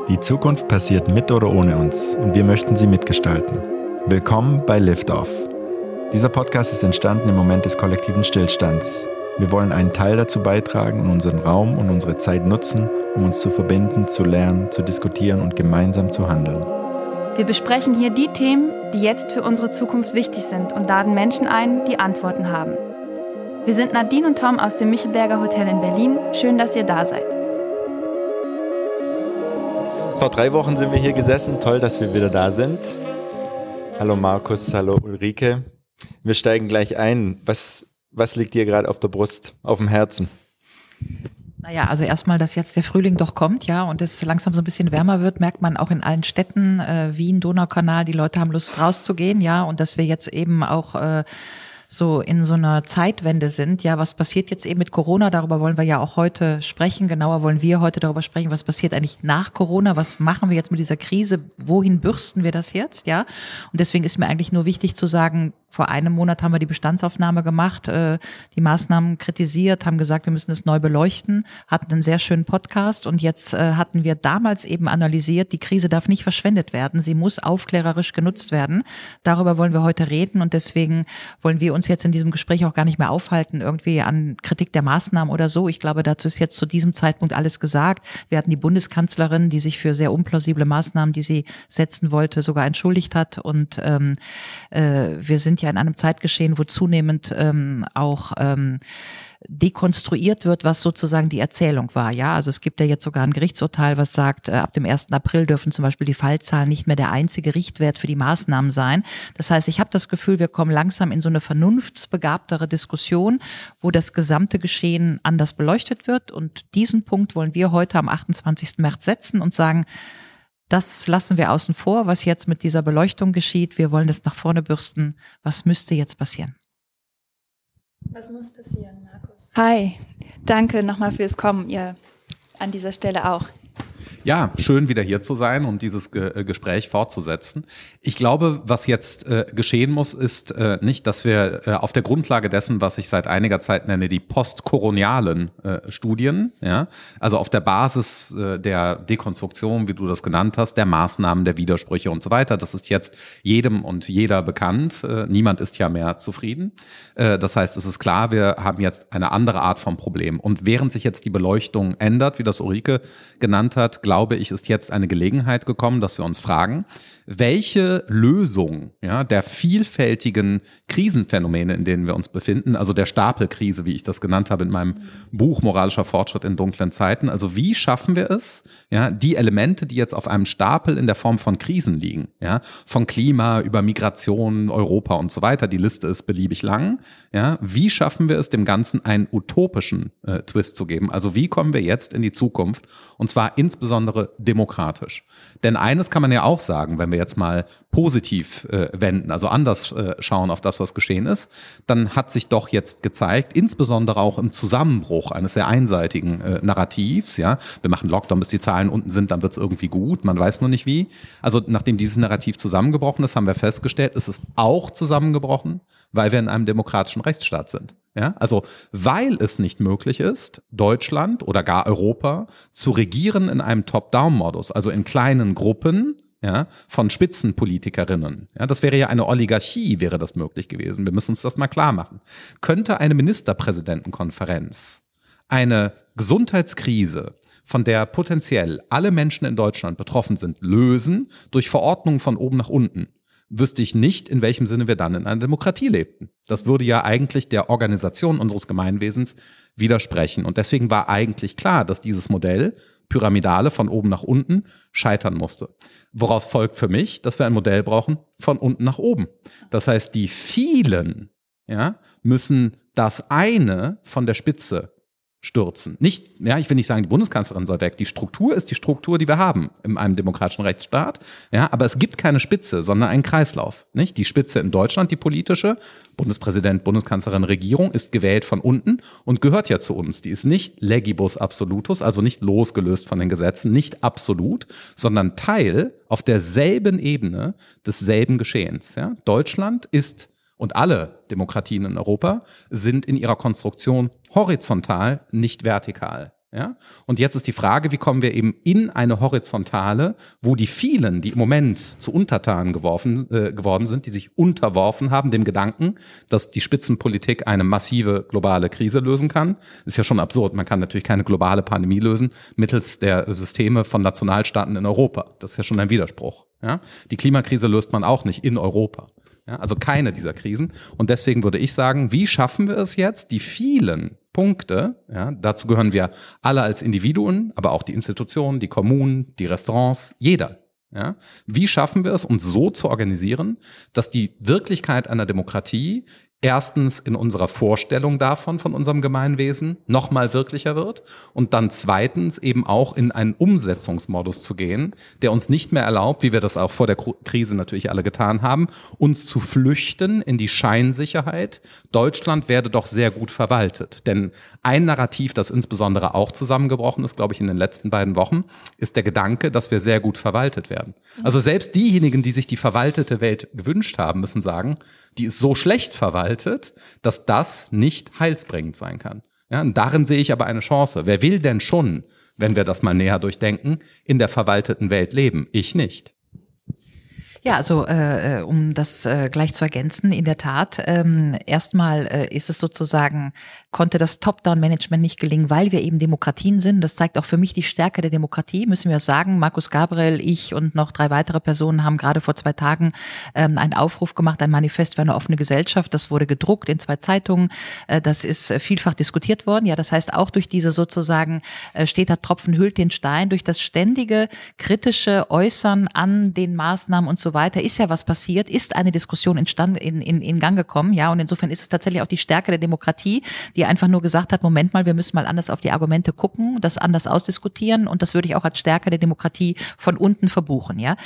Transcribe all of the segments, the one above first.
Die Zukunft passiert mit oder ohne uns und wir möchten sie mitgestalten. Willkommen bei Liftoff. Dieser Podcast ist entstanden im Moment des kollektiven Stillstands. Wir wollen einen Teil dazu beitragen und unseren Raum und unsere Zeit nutzen, um uns zu verbinden, zu lernen, zu diskutieren und gemeinsam zu handeln. Wir besprechen hier die Themen, die jetzt für unsere Zukunft wichtig sind und laden Menschen ein, die Antworten haben. Wir sind Nadine und Tom aus dem Michelberger Hotel in Berlin. Schön, dass ihr da seid. Vor 3 Wochen sind wir hier gesessen. Toll, dass wir wieder da sind. Hallo Markus, hallo Ulrike. Wir steigen gleich ein. Was liegt dir gerade auf der Brust, auf dem Herzen? Naja, also erstmal, dass jetzt der Frühling doch kommt, ja, und es langsam so ein bisschen wärmer wird, merkt man auch in allen Städten, Wien, Donaukanal, die Leute haben Lust rauszugehen, ja, und dass wir jetzt eben auch so in so einer Zeitwende sind. Ja, was passiert jetzt eben mit Corona? Darüber wollen wir ja auch heute sprechen. Genauer wollen wir heute darüber sprechen, was passiert eigentlich nach Corona? Was machen wir jetzt mit dieser Krise? Wohin bürsten wir das jetzt? Ja, und deswegen ist mir eigentlich nur wichtig zu sagen, vor einem Monat haben wir die Bestandsaufnahme gemacht, die Maßnahmen kritisiert, haben gesagt, wir müssen es neu beleuchten, hatten einen sehr schönen Podcast und jetzt hatten wir damals eben analysiert, die Krise darf nicht verschwendet werden, sie muss aufklärerisch genutzt werden. Darüber wollen wir heute reden und deswegen wollen wir uns jetzt in diesem Gespräch auch gar nicht mehr aufhalten, irgendwie an Kritik der Maßnahmen oder so. Ich glaube, dazu ist jetzt zu diesem Zeitpunkt alles gesagt. Wir hatten die Bundeskanzlerin, die sich für sehr unplausible Maßnahmen, die sie setzen wollte, sogar entschuldigt hat und wir sind ja in einem Zeitgeschehen, wo zunehmend auch dekonstruiert wird, was sozusagen die Erzählung war. Ja, also es gibt ja jetzt sogar ein Gerichtsurteil, was sagt, ab dem 1. April dürfen zum Beispiel die Fallzahlen nicht mehr der einzige Richtwert für die Maßnahmen sein. Das heißt, ich habe das Gefühl, wir kommen langsam in so eine vernunftsbegabtere Diskussion, wo das gesamte Geschehen anders beleuchtet wird. Und diesen Punkt wollen wir heute am 28. März setzen und sagen, das lassen wir außen vor, was jetzt mit dieser Beleuchtung geschieht. Wir wollen das nach vorne bürsten. Was müsste jetzt passieren? Was muss passieren, Markus? Hi, danke nochmal fürs Kommen, ihr an dieser Stelle auch. Ja, schön wieder hier zu sein und dieses Gespräch fortzusetzen. Ich glaube, was jetzt geschehen muss, ist nicht, dass wir auf der Grundlage dessen, was ich seit einiger Zeit nenne, die postkolonialen Studien, ja, also auf der Basis der Dekonstruktion, wie du das genannt hast, der Maßnahmen, der Widersprüche und so weiter, das ist jetzt jedem und jeder bekannt. Niemand ist ja mehr zufrieden. Das heißt, es ist klar, wir haben jetzt eine andere Art von Problem. Und während sich jetzt die Beleuchtung ändert, wie das Ulrike genannt hat, glaube ich, ist jetzt eine Gelegenheit gekommen, dass wir uns fragen, welche Lösung der vielfältigen Krisenphänomene, in denen wir uns befinden, also der Stapelkrise, wie ich das genannt habe in meinem Buch Moralischer Fortschritt in dunklen Zeiten, also wie schaffen wir es, die Elemente, die jetzt auf einem Stapel in der Form von Krisen liegen, von Klima über Migration, Europa und so weiter, die Liste ist beliebig lang, wie schaffen wir es, dem Ganzen einen utopischen Twist zu geben, also wie kommen wir jetzt in die Zukunft und zwar insbesondere demokratisch. Denn eines kann man ja auch sagen, wenn wir jetzt mal positiv wenden, also anders schauen auf das, was geschehen ist, dann hat sich doch jetzt gezeigt, insbesondere auch im Zusammenbruch eines sehr einseitigen Narrativs, wir machen Lockdown, bis die Zahlen unten sind, dann wird es irgendwie gut, man weiß nur nicht wie. Also nachdem dieses Narrativ zusammengebrochen ist, haben wir festgestellt, es ist auch zusammengebrochen, weil wir in einem demokratischen Rechtsstaat sind. Ja, also weil es nicht möglich ist, Deutschland oder gar Europa zu regieren in einem Top-Down-Modus, also in kleinen Gruppen von Spitzenpolitikerinnen. Ja, das wäre ja eine Oligarchie, wäre das möglich gewesen. Wir müssen uns das mal klar machen. Könnte eine Ministerpräsidentenkonferenz eine Gesundheitskrise, von der potenziell alle Menschen in Deutschland betroffen sind, lösen durch Verordnungen von oben nach unten, wüsste ich nicht, in welchem Sinne wir dann in einer Demokratie lebten. Das würde ja eigentlich der Organisation unseres Gemeinwesens widersprechen. Und deswegen war eigentlich klar, dass dieses Modell, Pyramidale von oben nach unten, scheitern musste. Woraus folgt für mich, dass wir ein Modell brauchen von unten nach oben. Das heißt, die vielen müssen das eine von der Spitze stürzen. Nicht, ich will nicht sagen, die Bundeskanzlerin soll weg. Die Struktur ist die Struktur, die wir haben in einem demokratischen Rechtsstaat. Aber es gibt keine Spitze, sondern einen Kreislauf. Nicht? Die Spitze in Deutschland, die politische, Bundespräsident, Bundeskanzlerin, Regierung, ist gewählt von unten und gehört ja zu uns. Die ist nicht legibus absolutus, also nicht losgelöst von den Gesetzen, nicht absolut, sondern Teil auf derselben Ebene desselben Geschehens. Deutschland ist und alle Demokratien in Europa sind in ihrer Konstruktion horizontal, nicht vertikal. Ja? Und jetzt ist die Frage, wie kommen wir eben in eine Horizontale, wo die vielen, die im Moment zu Untertanen geworden sind, die sich unterworfen haben, dem Gedanken, dass die Spitzenpolitik eine massive globale Krise lösen kann. Ist ja schon absurd. Man kann natürlich keine globale Pandemie lösen mittels der Systeme von Nationalstaaten in Europa. Das ist ja schon ein Widerspruch. Ja? Die Klimakrise löst man auch nicht in Europa. Ja? Also keine dieser Krisen. Und deswegen würde ich sagen, wie schaffen wir es jetzt, die vielen Punkte, ja, dazu gehören wir alle als Individuen, aber auch die Institutionen, die Kommunen, die Restaurants, jeder. Ja. Wie schaffen wir es, uns so zu organisieren, dass die Wirklichkeit einer Demokratie erstens in unserer Vorstellung davon, von unserem Gemeinwesen, nochmal wirklicher wird und dann zweitens eben auch in einen Umsetzungsmodus zu gehen, der uns nicht mehr erlaubt, wie wir das auch vor der Krise natürlich alle getan haben, uns zu flüchten in die Scheinsicherheit, Deutschland werde doch sehr gut verwaltet. Denn ein Narrativ, das insbesondere auch zusammengebrochen ist, glaube ich, in den letzten beiden Wochen, ist der Gedanke, dass wir sehr gut verwaltet werden. Also selbst diejenigen, die sich die verwaltete Welt gewünscht haben, müssen sagen, die ist so schlecht verwaltet, dass das nicht heilsbringend sein kann. Ja, und darin sehe ich aber eine Chance. Wer will denn schon, wenn wir das mal näher durchdenken, in der verwalteten Welt leben? Ich nicht. Ja, also um das gleich zu ergänzen, in der Tat, erstmal ist es sozusagen, konnte das Top-Down-Management nicht gelingen, weil wir eben Demokratien sind. Das zeigt auch für mich die Stärke der Demokratie, müssen wir sagen. Markus Gabriel, ich und noch 3 weitere Personen haben gerade vor 2 Tagen einen Aufruf gemacht, ein Manifest für eine offene Gesellschaft. Das wurde gedruckt in 2 Zeitungen. Das ist vielfach diskutiert worden. Ja, das heißt auch durch diese sozusagen steter Tropfen hüllt den Stein, durch das ständige kritische Äußern an den Maßnahmen und so weiter, ist ja was passiert, ist eine Diskussion in Gang gekommen, ja, und insofern ist es tatsächlich auch die Stärke der Demokratie, die einfach nur gesagt hat, Moment mal, wir müssen mal anders auf die Argumente gucken, das anders ausdiskutieren und das würde ich auch als Stärke der Demokratie von unten verbuchen, ja.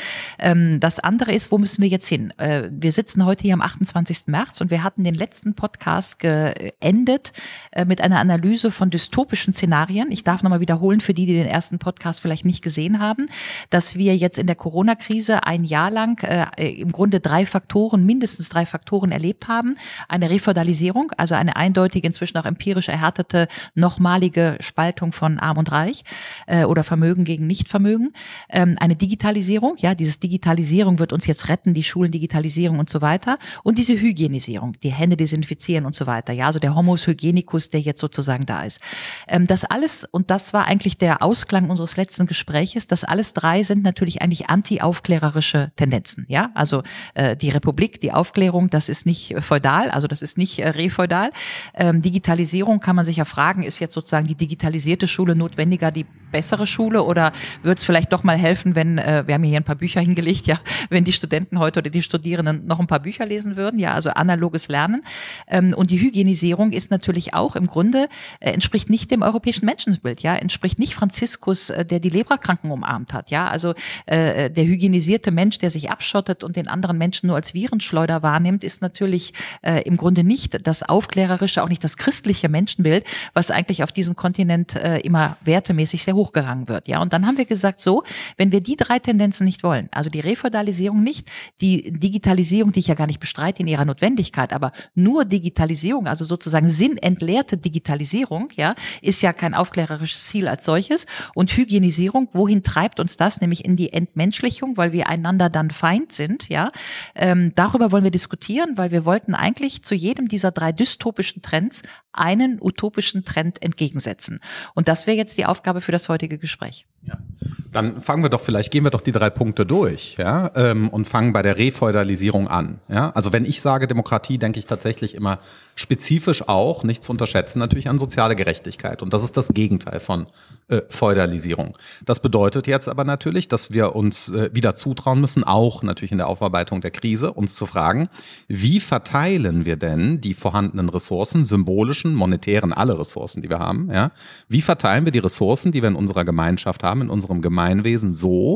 Das andere ist, wo müssen wir jetzt hin? Wir sitzen heute hier am 28. März und wir hatten den letzten Podcast geendet mit einer Analyse von dystopischen Szenarien. Ich darf nochmal wiederholen, für die den ersten Podcast vielleicht nicht gesehen haben, dass wir jetzt in der Corona-Krise ein Jahr lang im Grunde mindestens drei Faktoren erlebt haben. Eine Refeudalisierung, also eine eindeutige, inzwischen auch empirisch erhärtete, nochmalige Spaltung von Arm und Reich oder Vermögen gegen Nichtvermögen. Eine Digitalisierung, ja, dieses Digitalisierung wird uns jetzt retten, die Schulendigitalisierung und so weiter. Und diese Hygienisierung, die Hände desinfizieren und so weiter. Ja, also der Homus hygienicus, der jetzt sozusagen da ist. Das alles, und das war eigentlich der Ausklang unseres letzten Gespräches, das alles 3 sind natürlich eigentlich anti-aufklärerische Tendenzen. Ja, also die Republik, die Aufklärung, das ist nicht feudal, also das ist nicht refeudal. Digitalisierung kann man sich ja fragen, ist jetzt sozusagen die digitalisierte Schule notwendiger die bessere Schule oder wird es vielleicht doch mal helfen, wenn, wir haben hier ein paar Bücher hingelegt, ja, wenn die Studenten heute oder die Studierenden noch ein paar Bücher lesen würden, ja, also analoges Lernen. Und die Hygienisierung ist natürlich auch im Grunde, entspricht nicht dem europäischen Menschenbild, ja, entspricht nicht Franziskus, der die Leprakranken umarmt hat, ja, also der hygienisierte Mensch, der sich abschottet und den anderen Menschen nur als Virenschleuder wahrnimmt, ist natürlich im Grunde nicht das aufklärerische, auch nicht das christliche Menschenbild, was eigentlich auf diesem Kontinent immer wertemäßig sehr hochgehangen wird. Ja, und dann haben wir gesagt, so, wenn wir die 3 Tendenzen nicht wollen, also die Refeudalisierung nicht, die Digitalisierung, die ich ja gar nicht bestreite in ihrer Notwendigkeit, aber nur Digitalisierung, also sozusagen sinnentleerte Digitalisierung, ja, ist ja kein aufklärerisches Ziel als solches. Und Hygienisierung, wohin treibt uns das? Nämlich in die Entmenschlichung, weil wir einander dann Feind sind, ja. Darüber wollen wir diskutieren, weil wir wollten eigentlich zu jedem dieser 3 dystopischen Trends einen utopischen Trend entgegensetzen. Und das wäre jetzt die Aufgabe für das heutige Gespräch. Ja. Dann gehen wir doch die 3 Punkte durch, ja, und fangen bei der Refeudalisierung an. Ja? Also wenn ich sage Demokratie, denke ich tatsächlich immer spezifisch auch, nicht zu unterschätzen, natürlich an soziale Gerechtigkeit. Und das ist das Gegenteil von Feudalisierung. Das bedeutet jetzt aber natürlich, dass wir uns wieder zutrauen müssen, auch natürlich in der Aufarbeitung der Krise, uns zu fragen, wie verteilen wir denn die vorhandenen Ressourcen, symbolischen, monetären, alle Ressourcen, die wir haben, ja? Wie verteilen wir die Ressourcen, die wir in unserer Gemeinschaft haben, in unserem Gemeinwesen so,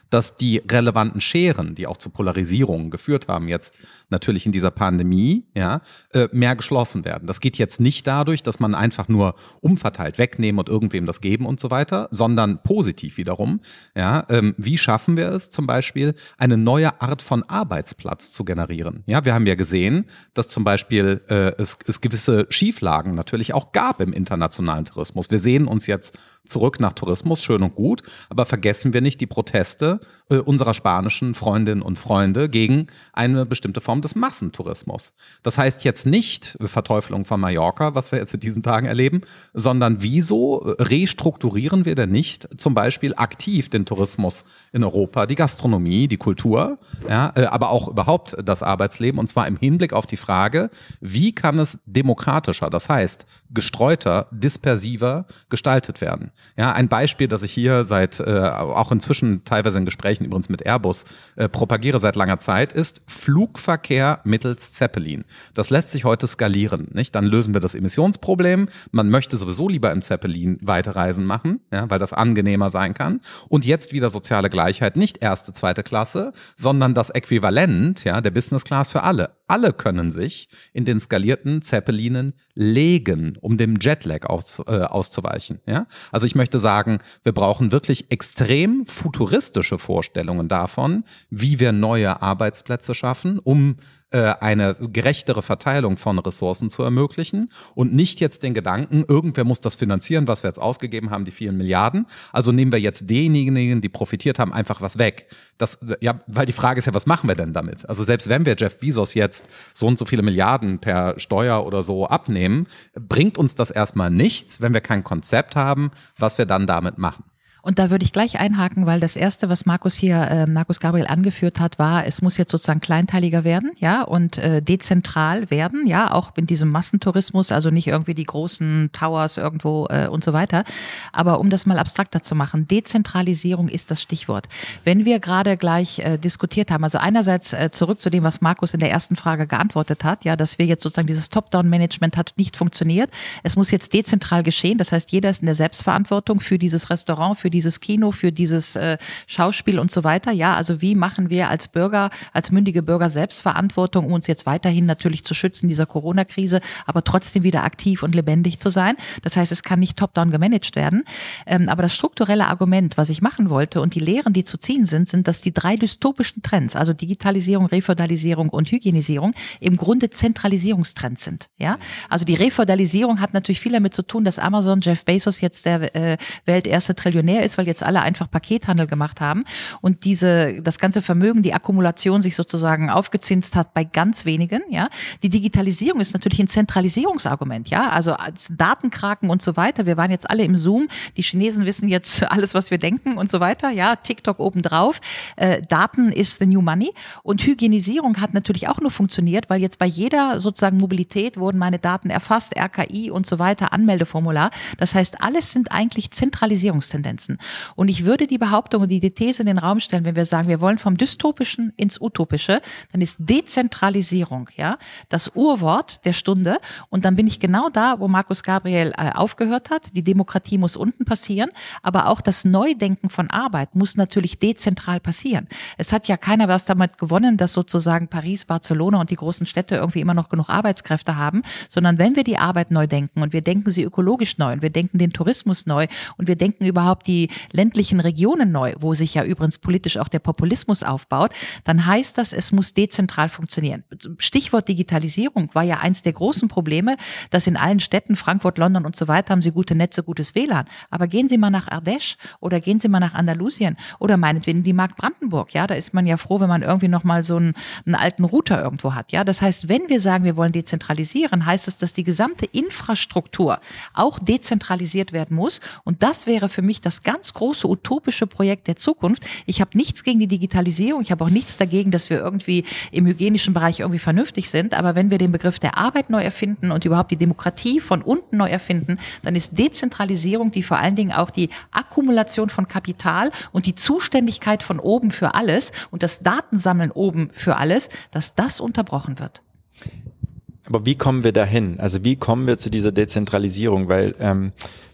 dass die relevanten Scheren, die auch zu Polarisierungen geführt haben, jetzt natürlich in dieser Pandemie, ja, mehr geschlossen werden. Das geht jetzt nicht dadurch, dass man einfach nur umverteilt wegnehmen und irgendwem das geben und so weiter, sondern positiv wiederum. Ja, wie schaffen wir es zum Beispiel, eine neue Art von Arbeitsplatz zu generieren? Ja, wir haben ja gesehen, dass zum Beispiel es gewisse Schieflagen natürlich auch gab im internationalen Tourismus. Wir sehen uns jetzt zurück nach Tourismus, schön und gut, aber vergessen wir nicht die Proteste unserer spanischen Freundinnen und Freunde gegen eine bestimmte Form des Massentourismus. Das heißt jetzt nicht Verteufelung von Mallorca, was wir jetzt in diesen Tagen erleben, sondern wieso restrukturieren wir denn nicht zum Beispiel aktiv den Tourismus in Europa, die Gastronomie, die Kultur, ja, aber auch überhaupt das Arbeitsleben, und zwar im Hinblick auf die Frage, wie kann es demokratischer, das heißt gestreuter, dispersiver gestaltet werden. Ja, ein Beispiel, das ich hier seit auch inzwischen teilweise in Gesprächen übrigens mit Airbus propagiere seit langer Zeit, ist Flugverkehr mittels Zeppelin. Das lässt sich heute skalieren, nicht? Dann lösen wir das Emissionsproblem. Man möchte sowieso lieber im Zeppelin Weiterreisen machen, ja, weil das angenehmer sein kann. Und jetzt wieder soziale Gleichheit, nicht erste, zweite Klasse, sondern das Äquivalent, ja, der Business Class für alle. Alle können sich in den skalierten Zeppelinen legen, um dem Jetlag auszuweichen. Ja? Also ich möchte sagen, wir brauchen wirklich extrem futuristische Vorstellungen davon, wie wir neue Arbeitsplätze schaffen, um eine gerechtere Verteilung von Ressourcen zu ermöglichen und nicht jetzt den Gedanken, irgendwer muss das finanzieren, was wir jetzt ausgegeben haben, die vielen Milliarden. Also nehmen wir jetzt denjenigen, die profitiert haben, einfach was weg. Das, ja, weil die Frage ist ja, was machen wir denn damit? Also selbst wenn wir Jeff Bezos jetzt so und so viele Milliarden per Steuer oder so abnehmen, bringt uns das erstmal nichts, wenn wir kein Konzept haben, was wir dann damit machen. Und da würde ich gleich einhaken, weil das Erste, was Markus Gabriel angeführt hat, war, es muss jetzt sozusagen kleinteiliger werden, ja, und dezentral werden, ja, auch in diesem Massentourismus, also nicht irgendwie die großen Towers irgendwo und so weiter. Aber um das mal abstrakter zu machen, Dezentralisierung ist das Stichwort. Wenn wir gerade gleich diskutiert haben, also einerseits zurück zu dem, was Markus in der ersten Frage geantwortet hat, ja, dass wir jetzt sozusagen dieses Top-Down-Management hat nicht funktioniert. Es muss jetzt dezentral geschehen, das heißt, jeder ist in der Selbstverantwortung für dieses Restaurant, für dieses Kino, für dieses Schauspiel und so weiter. Ja, also wie machen wir als Bürger, als mündige Bürger Selbstverantwortung, um uns jetzt weiterhin natürlich zu schützen in dieser Corona-Krise, aber trotzdem wieder aktiv und lebendig zu sein. Das heißt, es kann nicht top-down gemanagt werden. Aber das strukturelle Argument, was ich machen wollte und die Lehren, die zu ziehen sind, dass die 3 dystopischen Trends, also Digitalisierung, Refeudalisierung und Hygienisierung, im Grunde Zentralisierungstrends sind. Ja, also die Refeudalisierung hat natürlich viel damit zu tun, dass Amazon, Jeff Bezos jetzt der welterste Trillionär ist, weil jetzt alle einfach Pakethandel gemacht haben und das ganze Vermögen, die Akkumulation sich sozusagen aufgezinst hat bei ganz wenigen, ja. Die Digitalisierung ist natürlich ein Zentralisierungsargument, ja. Also Datenkraken und so weiter. Wir waren jetzt alle im Zoom. Die Chinesen wissen jetzt alles, was wir denken und so weiter, ja. TikTok obendrauf. Daten ist the new money. Und Hygienisierung hat natürlich auch nur funktioniert, weil jetzt bei jeder sozusagen Mobilität wurden meine Daten erfasst, RKI und so weiter, Anmeldeformular. Das heißt, alles sind eigentlich Zentralisierungstendenzen. Und ich würde die Behauptung und die These in den Raum stellen, wenn wir sagen, wir wollen vom Dystopischen ins Utopische, dann ist Dezentralisierung, ja, das Urwort der Stunde. Und dann bin ich genau da, wo Markus Gabriel aufgehört hat. Die Demokratie muss unten passieren, aber auch das Neudenken von Arbeit muss natürlich dezentral passieren. Es hat ja keiner was damit gewonnen, dass sozusagen Paris, Barcelona und die großen Städte irgendwie immer noch genug Arbeitskräfte haben, sondern wenn wir die Arbeit neu denken und wir denken sie ökologisch neu und wir denken den Tourismus neu und wir denken überhaupt die ländlichen Regionen neu, wo sich ja übrigens politisch auch der Populismus aufbaut, dann heißt das, es muss dezentral funktionieren. Stichwort Digitalisierung war ja eins der großen Probleme, dass in allen Städten, Frankfurt, London und so weiter, haben sie gute Netze, gutes WLAN. Aber gehen Sie mal nach Ardèche oder gehen Sie mal nach Andalusien oder meinetwegen die Mark Brandenburg. Ja, da ist man ja froh, wenn man irgendwie noch mal so einen alten Router irgendwo hat. Ja, das heißt, wenn wir sagen, wir wollen dezentralisieren, heißt es, dass die gesamte Infrastruktur auch dezentralisiert werden muss. Und das wäre für mich das ganz große utopische Projekt der Zukunft. Ich habe nichts gegen die Digitalisierung. Ich habe auch nichts dagegen, dass wir irgendwie im hygienischen Bereich irgendwie vernünftig sind. Aber wenn wir den Begriff der Arbeit neu erfinden und überhaupt die Demokratie von unten neu erfinden, dann ist Dezentralisierung, die vor allen Dingen auch die Akkumulation von Kapital und die Zuständigkeit von oben für alles und das Datensammeln oben für alles, dass das unterbrochen wird. Aber wie kommen wir dahin? Also wie kommen wir zu dieser Dezentralisierung? Weil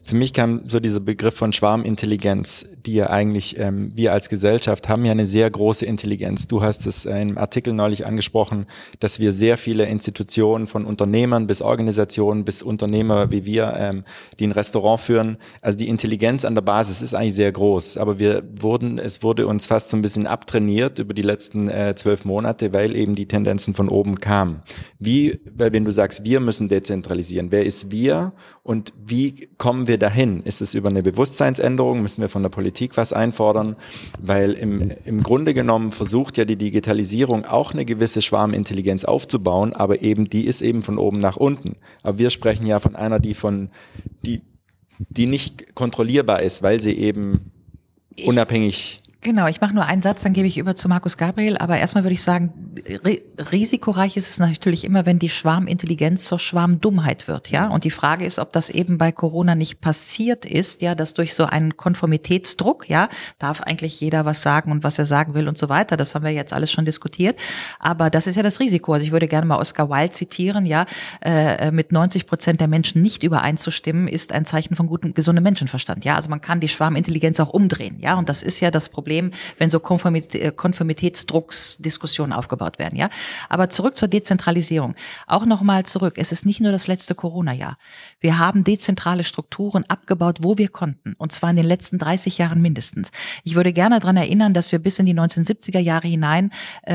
Für mich kam so dieser Begriff von Schwarmintelligenz, die ja eigentlich, wir als Gesellschaft haben ja eine sehr große Intelligenz. Du hast es im Artikel neulich angesprochen, dass wir sehr viele Institutionen von Unternehmern bis Organisationen bis Unternehmer wie wir, die ein Restaurant führen, also die Intelligenz an der Basis ist eigentlich sehr groß, aber es wurde uns fast so ein bisschen abtrainiert über die letzten 12 Monate, weil eben die Tendenzen von oben kamen. Weil wenn du sagst, wir müssen dezentralisieren, wer ist wir und wie kommen wir dahin? Ist es über eine Bewusstseinsänderung? Müssen wir von der Politik was einfordern? Weil im Grunde genommen versucht ja die Digitalisierung auch eine gewisse Schwarmintelligenz aufzubauen, aber eben die ist eben von oben nach unten. Aber wir sprechen ja von einer, die nicht kontrollierbar ist, weil sie eben unabhängig. Genau, ich mache nur einen Satz, dann gebe ich über zu Markus Gabriel, aber erstmal würde ich sagen, risikoreich ist es natürlich immer, wenn die Schwarmintelligenz zur Schwarmdummheit wird, ja, und die Frage ist, ob das eben bei Corona nicht passiert ist, ja, dass durch so einen Konformitätsdruck, ja, darf eigentlich jeder was sagen und was er sagen will und so weiter, das haben wir jetzt alles schon diskutiert, aber das ist ja das Risiko, also ich würde gerne mal Oscar Wilde zitieren, ja, mit 90% der Menschen nicht übereinzustimmen, ist ein Zeichen von gesundem Menschenverstand, ja, also man kann die Schwarmintelligenz auch umdrehen, ja, und das ist ja das Problem, wenn so Konformitätsdrucksdiskussionen aufgebaut werden, ja. Aber zurück zur Dezentralisierung. Auch nochmal zurück. Es ist nicht nur das letzte Corona-Jahr. Wir haben dezentrale Strukturen abgebaut, wo wir konnten. Und zwar in den letzten 30 Jahren mindestens. Ich würde gerne daran erinnern, dass wir bis in die 1970er Jahre hinein,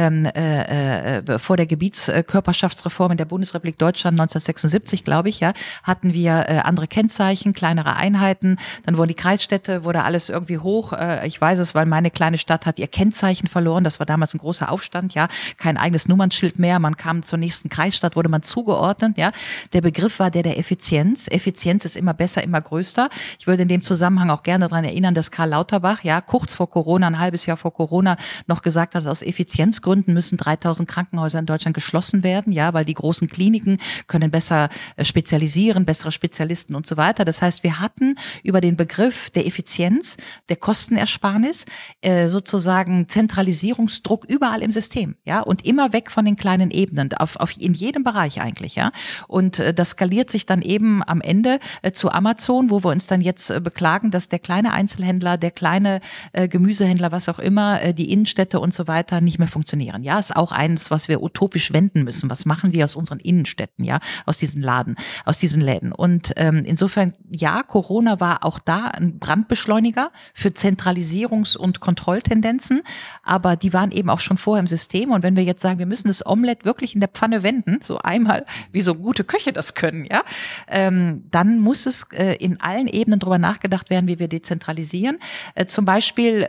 vor der Gebietskörperschaftsreform in der Bundesrepublik Deutschland 1976, glaube ich, ja, hatten wir andere Kennzeichen, kleinere Einheiten. Dann wurden die Kreisstädte, wurde alles irgendwie hoch. Ich weiß es, weil meine kleine Stadt hat ihr Kennzeichen verloren. Das war damals ein großer Aufstand, ja. Kein eigenes Nummernschild mehr. Man kam zur nächsten Kreisstadt, wurde man zugeordnet, ja. Der Begriff war der Effizienz. Effizienz ist immer besser, immer größer. Ich würde in dem Zusammenhang auch gerne daran erinnern, dass Karl Lauterbach, ja, kurz vor Corona, ein halbes Jahr vor Corona, noch gesagt hat, aus Effizienzgründen müssen 3000 Krankenhäuser in Deutschland geschlossen werden, ja, weil die großen Kliniken können besser spezialisieren, bessere Spezialisten und so weiter. Das heißt, wir hatten über den Begriff der Effizienz, der Kostenersparnis, sozusagen Zentralisierungsdruck überall im System, ja, und immer weg von den kleinen Ebenen, in jedem Bereich eigentlich, ja. Und das skaliert sich dann eben am Ende zu Amazon, wo wir uns dann jetzt beklagen, dass der kleine Einzelhändler, der kleine Gemüsehändler, was auch immer, die Innenstädte und so weiter nicht mehr funktionieren. Ja, ist auch eins, was wir utopisch wenden müssen. Was machen wir aus unseren Innenstädten, ja, aus diesen Läden? Und insofern, ja, Corona war auch da ein Brandbeschleuniger für Zentralisierungs- und Kontrolltendenzen, aber die waren eben auch schon vorher im System. Und wenn wir jetzt sagen, wir müssen das Omelett wirklich in der Pfanne wenden, so einmal, wie so gute Köche das können, ja, dann muss es in allen Ebenen drüber nachgedacht werden, wie wir dezentralisieren. Zum Beispiel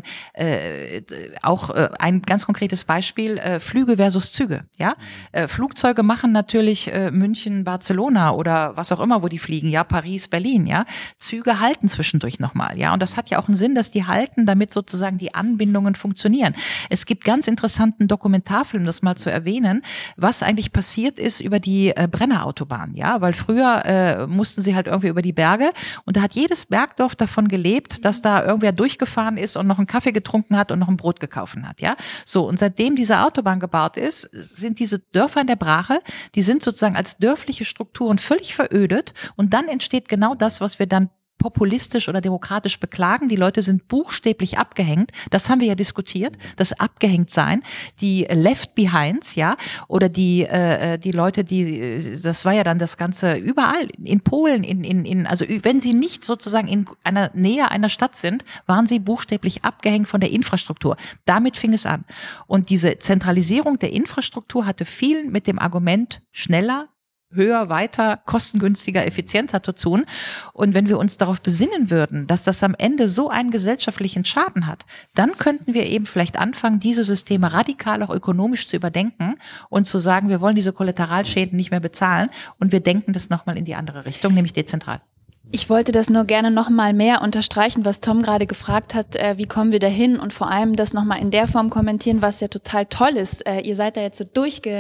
auch ein ganz konkretes Beispiel, Flüge versus Züge, ja. Flugzeuge machen natürlich München, Barcelona oder was auch immer, wo die fliegen, ja, Paris, Berlin, ja. Züge halten zwischendurch nochmal, ja. Und das hat ja auch einen Sinn, dass die halten, damit sozusagen die Anbindungen funktionieren. Es gibt ganz interessanten Dokumentarfilm, das mal zu erwähnen, was eigentlich passiert ist über die Brennerautobahn, ja, weil früher mussten sie halt irgendwie über die Berge und da hat jedes Bergdorf davon gelebt, dass da irgendwer durchgefahren ist und noch einen Kaffee getrunken hat und noch ein Brot gekauft hat, ja. So, und seitdem diese Autobahn gebaut ist, sind diese Dörfer in der Brache, die sind sozusagen als dörfliche Strukturen völlig verödet und dann entsteht genau das, was wir dann populistisch oder demokratisch beklagen. Die Leute sind buchstäblich abgehängt. Das haben wir ja diskutiert, das Abgehängtsein, die Left Behinds, ja, oder die Leute, das war ja dann das Ganze überall, in Polen, also wenn sie nicht sozusagen in einer Nähe einer Stadt sind, waren sie buchstäblich abgehängt von der Infrastruktur. Damit fing es an. Und diese Zentralisierung der Infrastruktur hatte viel mit dem Argument schneller, höher, weiter, kostengünstiger, effizienter zu tun. Und wenn wir uns darauf besinnen würden, dass das am Ende so einen gesellschaftlichen Schaden hat, dann könnten wir eben vielleicht anfangen, diese Systeme radikal auch ökonomisch zu überdenken und zu sagen, wir wollen diese Kollateralschäden nicht mehr bezahlen und wir denken das nochmal in die andere Richtung, nämlich dezentral. Ich wollte das nur gerne noch mal mehr unterstreichen, was Tom gerade gefragt hat, wie kommen wir dahin und vor allem das noch mal in der Form kommentieren, was ja total toll ist. Ihr seid da jetzt so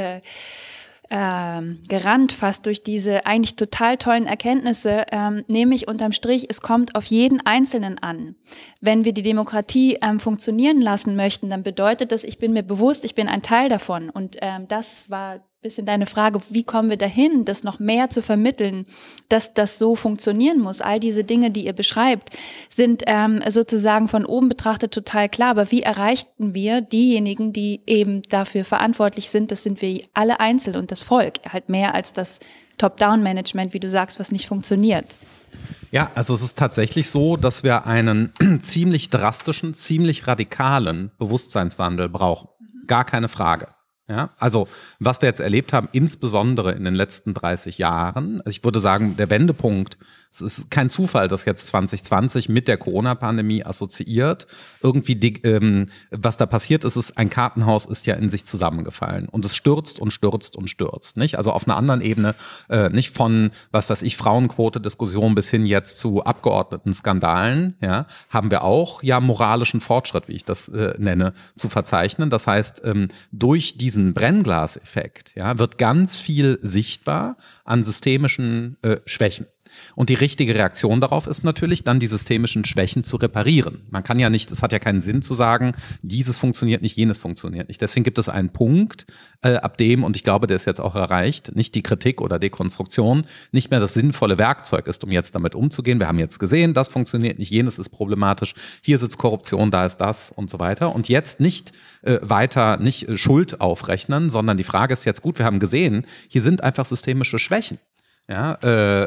gerannt fast durch diese eigentlich total tollen Erkenntnisse, nämlich unterm Strich, es kommt auf jeden Einzelnen an. Wenn wir die Demokratie funktionieren lassen möchten, dann bedeutet das, ich bin mir bewusst, ich bin ein Teil davon und das war bisschen deine Frage, wie kommen wir dahin, das noch mehr zu vermitteln, dass das so funktionieren muss. All diese Dinge, die ihr beschreibt, sind sozusagen von oben betrachtet total klar. Aber wie erreichten wir diejenigen, die eben dafür verantwortlich sind? Das sind wir alle einzeln und das Volk. Halt mehr als das Top-Down-Management, wie du sagst, was nicht funktioniert. Ja, also es ist tatsächlich so, dass wir einen ziemlich drastischen, ziemlich radikalen Bewusstseinswandel brauchen. Gar keine Frage. Ja, also was wir jetzt erlebt haben, insbesondere in den letzten 30 Jahren, also ich würde sagen, der Wendepunkt, es ist kein Zufall, dass jetzt 2020 mit der Corona-Pandemie assoziiert, irgendwie, was da passiert ist, ein Kartenhaus ist ja in sich zusammengefallen und es stürzt und stürzt und stürzt, nicht? Also auf einer anderen Ebene, nicht von, was weiß ich, Frauenquote-Diskussion bis hin jetzt zu Abgeordneten-Skandalen, ja, haben wir auch ja moralischen Fortschritt, wie ich das nenne, zu verzeichnen. Das heißt, durch diesen Brennglaseffekt, ja, wird ganz viel sichtbar an systemischen Schwächen. Und die richtige Reaktion darauf ist natürlich, dann die systemischen Schwächen zu reparieren. Man kann ja nicht, es hat ja keinen Sinn zu sagen, dieses funktioniert nicht, jenes funktioniert nicht. Deswegen gibt es einen Punkt, ab dem, und ich glaube, der ist jetzt auch erreicht, nicht die Kritik oder Dekonstruktion, nicht mehr das sinnvolle Werkzeug ist, um jetzt damit umzugehen. Wir haben jetzt gesehen, das funktioniert nicht, jenes ist problematisch, hier sitzt Korruption, da ist das und so weiter. Und jetzt nicht weiter, nicht Schuld aufrechnen, sondern die Frage ist jetzt, gut, wir haben gesehen, hier sind einfach systemische Schwächen. Ja,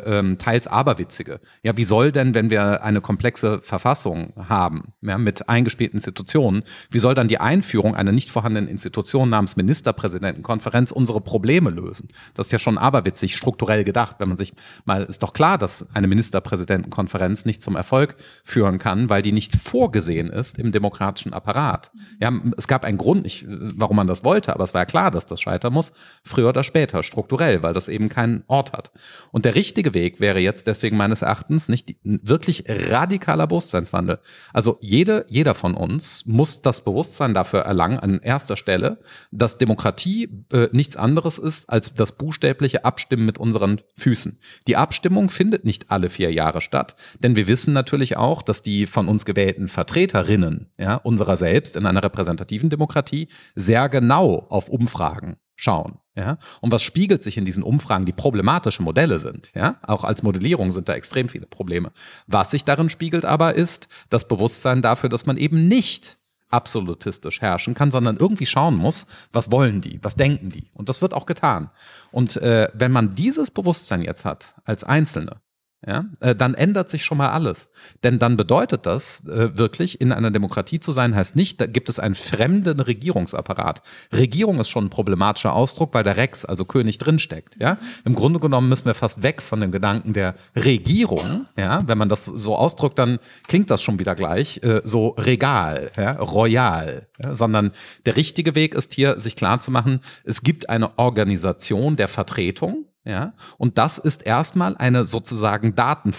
teils aberwitzige. Ja, wie soll denn, wenn wir eine komplexe Verfassung haben, ja, mit eingespielten Institutionen, wie soll dann die Einführung einer nicht vorhandenen Institution namens Ministerpräsidentenkonferenz unsere Probleme lösen? Das ist ja schon aberwitzig strukturell gedacht, wenn man sich mal, ist doch klar, dass eine Ministerpräsidentenkonferenz nicht zum Erfolg führen kann, weil die nicht vorgesehen ist im demokratischen Apparat. Ja, es gab einen Grund nicht, warum man das wollte, aber es war ja klar, dass das scheitern muss, früher oder später, strukturell, weil das eben keinen Ort hat. Und der richtige Weg wäre jetzt deswegen meines Erachtens nicht wirklich radikaler Bewusstseinswandel. Also jeder von uns muss das Bewusstsein dafür erlangen, an erster Stelle, dass Demokratie nichts anderes ist als das buchstäbliche Abstimmen mit unseren Füßen. Die Abstimmung findet nicht alle 4 Jahre statt, denn wir wissen natürlich auch, dass die von uns gewählten Vertreterinnen, ja, unserer selbst in einer repräsentativen Demokratie sehr genau auf Umfragen schauen. Ja? Und was spiegelt sich in diesen Umfragen, die problematische Modelle sind? Ja? Auch als Modellierung sind da extrem viele Probleme. Was sich darin spiegelt aber ist das Bewusstsein dafür, dass man eben nicht absolutistisch herrschen kann, sondern irgendwie schauen muss, was wollen die, was denken die? Und das wird auch getan. Und wenn man dieses Bewusstsein jetzt hat, als Einzelne, ja, dann ändert sich schon mal alles. Denn dann bedeutet das wirklich, in einer Demokratie zu sein, heißt nicht, da gibt es einen fremden Regierungsapparat. Regierung ist schon ein problematischer Ausdruck, weil der Rex, also König, drinsteckt. Ja? Im Grunde genommen müssen wir fast weg von dem Gedanken der Regierung. Ja? Wenn man das so ausdrückt, dann klingt das schon wieder gleich so regal, ja? Royal. Ja? Sondern der richtige Weg ist hier, sich klarzumachen, es gibt eine Organisation der Vertretung. Ja, und das ist erstmal eine sozusagen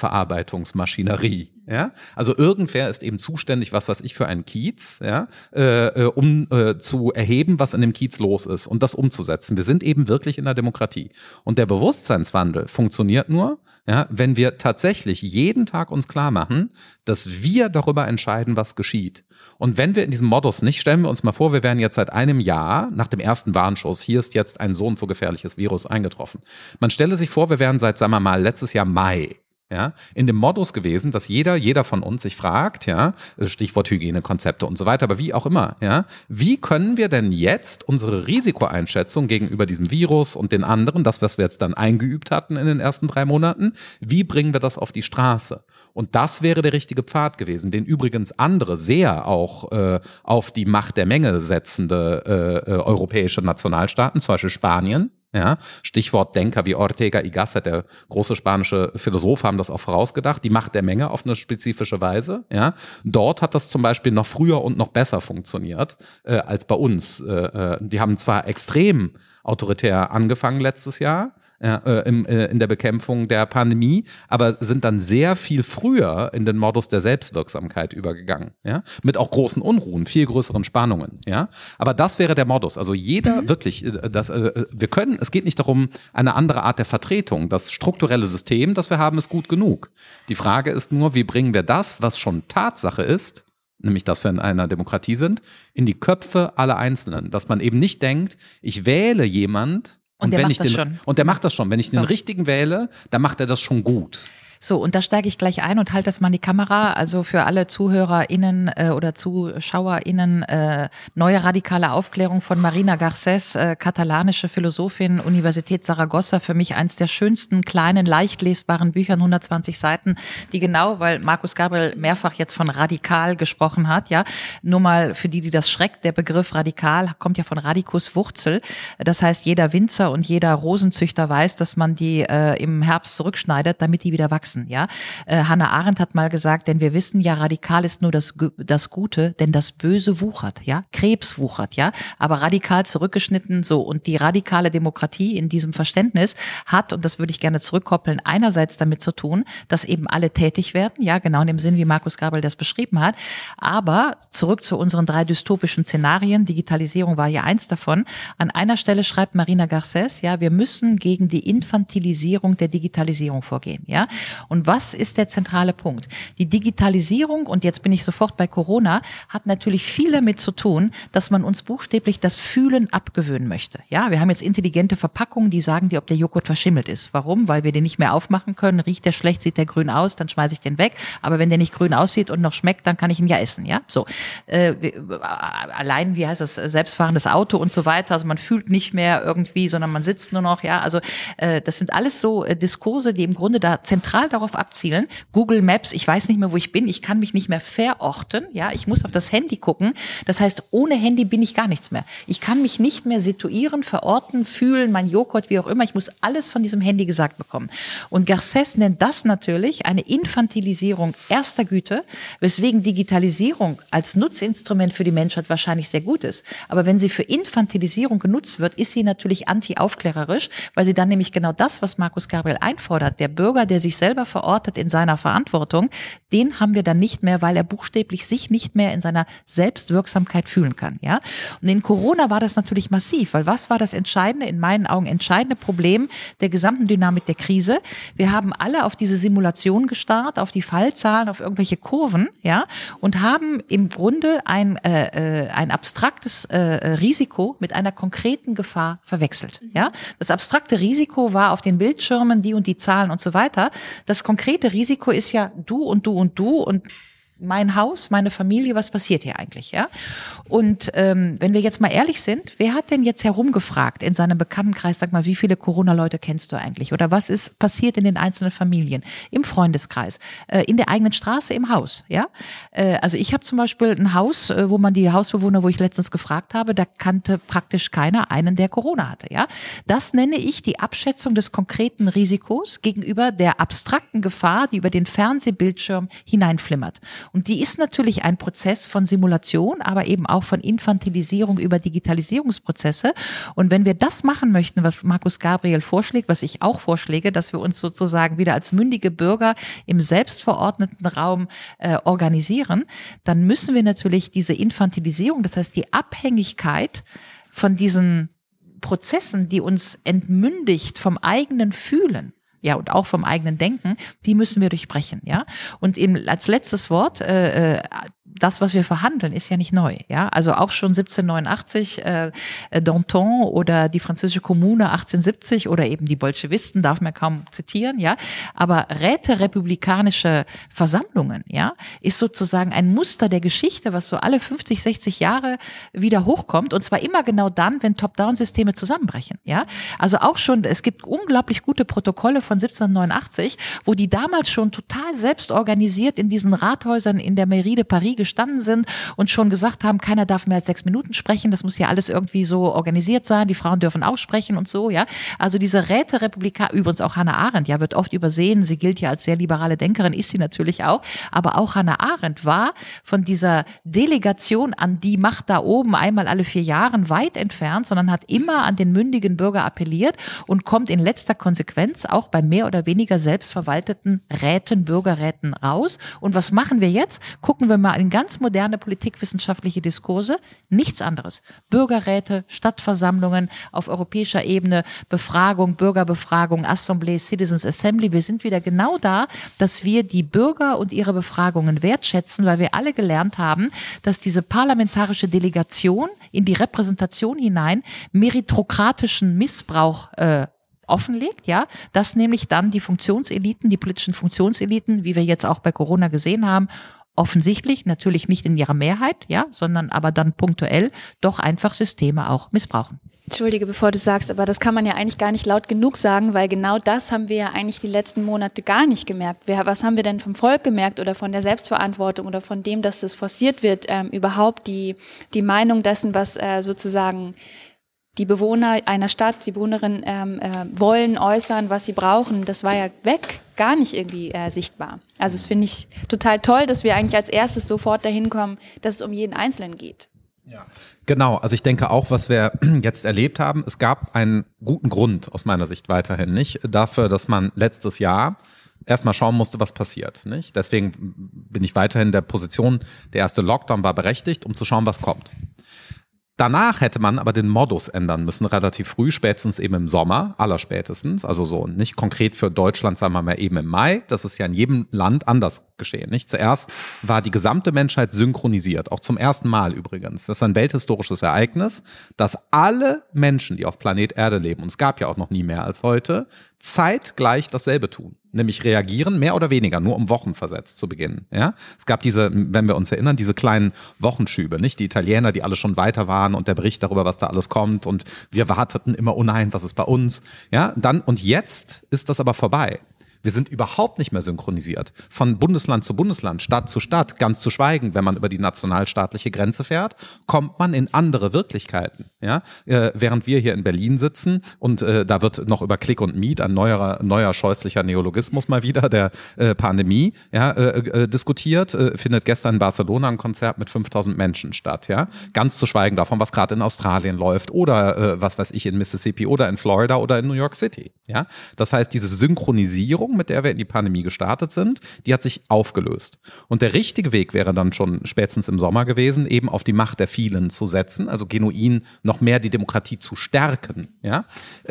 Datenverarbeitungsmaschinerie. Ja, also irgendwer ist eben zuständig, was weiß ich, für einen Kiez, ja, um zu erheben, was in dem Kiez los ist und das umzusetzen. Wir sind eben wirklich in der Demokratie. Und der Bewusstseinswandel funktioniert nur, ja, wenn wir tatsächlich jeden Tag uns klar machen, dass wir darüber entscheiden, was geschieht. Und wenn wir in diesem Modus nicht, stellen wir uns mal vor, wir wären jetzt seit einem Jahr nach dem ersten Warnschuss, hier ist jetzt ein so und so gefährliches Virus eingetroffen. Man stelle sich vor, wir wären seit, sagen wir mal, letztes Jahr Mai, ja, in dem Modus gewesen, dass jeder von uns sich fragt, ja, Stichwort Hygienekonzepte und so weiter, aber wie auch immer, ja, wie können wir denn jetzt unsere Risikoeinschätzung gegenüber diesem Virus und den anderen, das, was wir jetzt dann eingeübt hatten in den ersten 3 Monaten, wie bringen wir das auf die Straße? Und das wäre der richtige Pfad gewesen, den übrigens andere sehr auch auf die Macht der Menge setzende europäische Nationalstaaten, zum Beispiel Spanien, ja, Stichwort Denker wie Ortega y Gasset, der große spanische Philosoph, haben das auch vorausgedacht, die Macht der Menge auf eine spezifische Weise. Ja. Dort hat das zum Beispiel noch früher und noch besser funktioniert als bei uns. Die haben zwar extrem autoritär angefangen letztes Jahr, in der Bekämpfung der Pandemie, aber sind dann sehr viel früher in den Modus der Selbstwirksamkeit übergegangen, ja, mit auch großen Unruhen, viel größeren Spannungen, ja, aber das wäre der Modus, also jeder wirklich, es geht nicht darum, eine andere Art der Vertretung, das strukturelle System, das wir haben, ist gut genug. Die Frage ist nur, wie bringen wir das, was schon Tatsache ist, nämlich dass wir in einer Demokratie sind, in die Köpfe aller Einzelnen, dass man eben nicht denkt, ich wähle jemand, Und der wenn macht ich das den, schon. Und der macht das schon. Wenn ich den richtigen wähle, dann macht er das schon gut. So, und da steige ich gleich ein und halte das mal in die Kamera. Also für alle ZuhörerInnen oder ZuschauerInnen, neue radikale Aufklärung von Marina Garcés, katalanische Philosophin, Universität Saragossa. Für mich eins der schönsten, kleinen, leicht lesbaren Bücher, 120 Seiten, die genau, weil Markus Gabriel mehrfach jetzt von radikal gesprochen hat, ja, nur mal für die das schreckt, der Begriff radikal kommt ja von Radicus, Wurzel. Das heißt, jeder Winzer und jeder Rosenzüchter weiß, dass man die im Herbst zurückschneidet, damit die wieder wachsen. Ja, Hannah Arendt hat mal gesagt, denn wir wissen ja, radikal ist nur das Gute, denn das Böse wuchert, ja, Krebs wuchert, ja, aber radikal zurückgeschnitten, so. Und die radikale Demokratie in diesem Verständnis hat, und das würde ich gerne zurückkoppeln, einerseits damit zu tun, dass eben alle tätig werden, ja, genau in dem Sinn, wie Markus Gabriel das beschrieben hat, aber zurück zu unseren 3 dystopischen Szenarien, Digitalisierung war ja eins davon, an einer Stelle schreibt Marina Garcés, ja, wir müssen gegen die Infantilisierung der Digitalisierung vorgehen, ja. Und was ist der zentrale Punkt? Die Digitalisierung, und jetzt bin ich sofort bei Corona, hat natürlich viel damit zu tun, dass man uns buchstäblich das Fühlen abgewöhnen möchte. Ja, wir haben jetzt intelligente Verpackungen, die sagen dir, ob der Joghurt verschimmelt ist. Warum? Weil wir den nicht mehr aufmachen können. Riecht der schlecht, sieht der grün aus, dann schmeiße ich den weg. Aber wenn der nicht grün aussieht und noch schmeckt, dann kann ich ihn ja essen. Ja, so. Allein, wie heißt das, selbstfahrendes Auto und so weiter. Also man fühlt nicht mehr irgendwie, sondern man sitzt nur noch. Ja, also das sind alles so Diskurse, die im Grunde da zentral darauf abzielen. Google Maps, ich weiß nicht mehr, wo ich bin, ich kann mich nicht mehr verorten, ja, ich muss auf das Handy gucken. Das heißt, ohne Handy bin ich gar nichts mehr. Ich kann mich nicht mehr situieren, verorten, fühlen, mein Joghurt, wie auch immer. Ich muss alles von diesem Handy gesagt bekommen. Und Garcés nennt das natürlich eine Infantilisierung erster Güte, weswegen Digitalisierung als Nutzinstrument für die Menschheit wahrscheinlich sehr gut ist. Aber wenn sie für Infantilisierung genutzt wird, ist sie natürlich anti-aufklärerisch, weil sie dann nämlich genau das, was Markus Gabriel einfordert, der Bürger, der sich selber verortet in seiner Verantwortung, den haben wir dann nicht mehr, weil er buchstäblich sich nicht mehr in seiner Selbstwirksamkeit fühlen kann. Ja? Und in Corona war das natürlich massiv, weil was war das entscheidende, in meinen Augen entscheidende Problem der gesamten Dynamik der Krise? Wir haben alle auf diese Simulation gestarrt, auf die Fallzahlen, auf irgendwelche Kurven, ja, und haben im Grunde ein abstraktes Risiko mit einer konkreten Gefahr verwechselt. Ja? Das abstrakte Risiko war auf den Bildschirmen die und die Zahlen und so weiter. Das konkrete Risiko ist ja du und du und du und mein Haus, meine Familie, was passiert hier eigentlich, ja? Und wenn wir jetzt mal ehrlich sind, wer hat denn jetzt herumgefragt in seinem Bekanntenkreis, sag mal, wie viele Corona-Leute kennst du eigentlich? Oder was ist passiert in den einzelnen Familien, im Freundeskreis, in der eigenen Straße, im Haus, ja? Also ich habe zum Beispiel ein Haus, wo man die Hausbewohner, wo ich letztens gefragt habe, da kannte praktisch keiner einen, der Corona hatte, ja? Das nenne ich die Abschätzung des konkreten Risikos gegenüber der abstrakten Gefahr, die über den Fernsehbildschirm hineinflimmert. Und die ist natürlich ein Prozess von Simulation, aber eben auch von Infantilisierung über Digitalisierungsprozesse. Und wenn wir das machen möchten, was Markus Gabriel vorschlägt, was ich auch vorschläge, dass wir uns sozusagen wieder als mündige Bürger im selbstverordneten Raum organisieren, dann müssen wir natürlich diese Infantilisierung, das heißt die Abhängigkeit von diesen Prozessen, die uns entmündigt vom eigenen Fühlen, ja, und auch vom eigenen Denken, die müssen wir durchbrechen, ja. Und als letztes Wort, das, was wir verhandeln, ist ja nicht neu, ja. Also auch schon 1789 Danton oder die französische Kommune 1870 oder eben die Bolschewisten, darf man kaum zitieren, ja. Aber räterepublikanische Versammlungen, ja, ist sozusagen ein Muster der Geschichte, was so alle 50, 60 Jahre wieder hochkommt, und zwar immer genau dann, wenn Top-Down-Systeme zusammenbrechen, ja. Also auch schon, es gibt unglaublich gute Protokolle von 1789, wo die damals schon total selbst organisiert in diesen Rathäusern in der Mairie de Paris gestanden sind und schon gesagt haben, keiner darf mehr als 6 Minuten sprechen, das muss ja alles irgendwie so organisiert sein, die Frauen dürfen auch sprechen und so, ja. Also diese Räterepublikaner, übrigens auch Hannah Arendt, ja, wird oft übersehen, sie gilt ja als sehr liberale Denkerin, ist sie natürlich auch, aber auch Hannah Arendt war von dieser Delegation an die Macht da oben einmal alle 4 Jahre weit entfernt, sondern hat immer an den mündigen Bürger appelliert und kommt in letzter Konsequenz auch bei mehr oder weniger selbstverwalteten Räten, Bürgerräten raus. Und was machen wir jetzt? Gucken wir mal in ganz moderne politikwissenschaftliche Diskurse, nichts anderes. Bürgerräte, Stadtversammlungen auf europäischer Ebene, Befragung, Bürgerbefragung, Assemblee, Citizens Assembly. Wir sind wieder genau da, dass wir die Bürger und ihre Befragungen wertschätzen, weil wir alle gelernt haben, dass diese parlamentarische Delegation in die Repräsentation hinein meritokratischen Missbrauch offenlegt, ja, dass nämlich dann die Funktionseliten, die politischen Funktionseliten, wie wir jetzt auch bei Corona gesehen haben, offensichtlich, natürlich nicht in ihrer Mehrheit, ja, sondern aber dann punktuell doch einfach Systeme auch missbrauchen. Entschuldige, bevor du sagst, aber das kann man ja eigentlich gar nicht laut genug sagen, weil genau das haben wir ja eigentlich die letzten Monate gar nicht gemerkt. Was haben wir denn vom Volk gemerkt oder von der Selbstverantwortung oder von dem, dass das forciert wird, überhaupt die Meinung dessen, was sozusagen die Bewohner einer Stadt, die Bewohnerinnen wollen, äußern, was sie brauchen, das war ja weg, gar nicht irgendwie sichtbar. Also das finde ich total toll, dass wir eigentlich als erstes sofort dahin kommen, dass es um jeden Einzelnen geht. Ja. Genau, also ich denke auch, was wir jetzt erlebt haben, es gab einen guten Grund aus meiner Sicht weiterhin nicht dafür, dass man letztes Jahr erstmal schauen musste, was passiert. Nicht? Deswegen bin ich weiterhin der Position, der erste Lockdown war berechtigt, um zu schauen, was kommt. Danach hätte man aber den Modus ändern müssen, relativ früh, spätestens eben im Sommer, allerspätestens, also so nicht konkret für Deutschland, sagen wir mal eben im Mai, das ist ja in jedem Land anders geschehen. Nicht? Zuerst war die gesamte Menschheit synchronisiert, auch zum ersten Mal übrigens. Das ist ein welthistorisches Ereignis, dass alle Menschen, die auf Planet Erde leben, und es gab ja auch noch nie mehr als heute, zeitgleich dasselbe tun. Nämlich reagieren, mehr oder weniger, nur um Wochen versetzt zu beginnen. Ja? Es gab diese, wenn wir uns erinnern, diese kleinen Wochenschübe, nicht? Die Italiener, die alle schon weiter waren und der Bericht darüber, was da alles kommt und wir warteten immer, oh nein, was ist bei uns? Ja, dann und jetzt ist das aber vorbei. Wir sind überhaupt nicht mehr synchronisiert. Von Bundesland zu Bundesland, Stadt zu Stadt, ganz zu schweigen, wenn man über die nationalstaatliche Grenze fährt, kommt man in andere Wirklichkeiten. Ja? Während wir hier in Berlin sitzen und da wird noch über Click und Meet, ein neuer scheußlicher Neologismus mal wieder, der Pandemie, diskutiert, findet gestern in Barcelona ein Konzert mit 5000 Menschen statt. Ja? Ganz zu schweigen davon, was gerade in Australien läuft oder was weiß ich, in Mississippi oder in Florida oder in New York City. Ja? Das heißt, diese Synchronisierung, mit der wir in die Pandemie gestartet sind, die hat sich aufgelöst. Und der richtige Weg wäre dann schon spätestens im Sommer gewesen, eben auf die Macht der vielen zu setzen, also genuin noch mehr die Demokratie zu stärken, ja,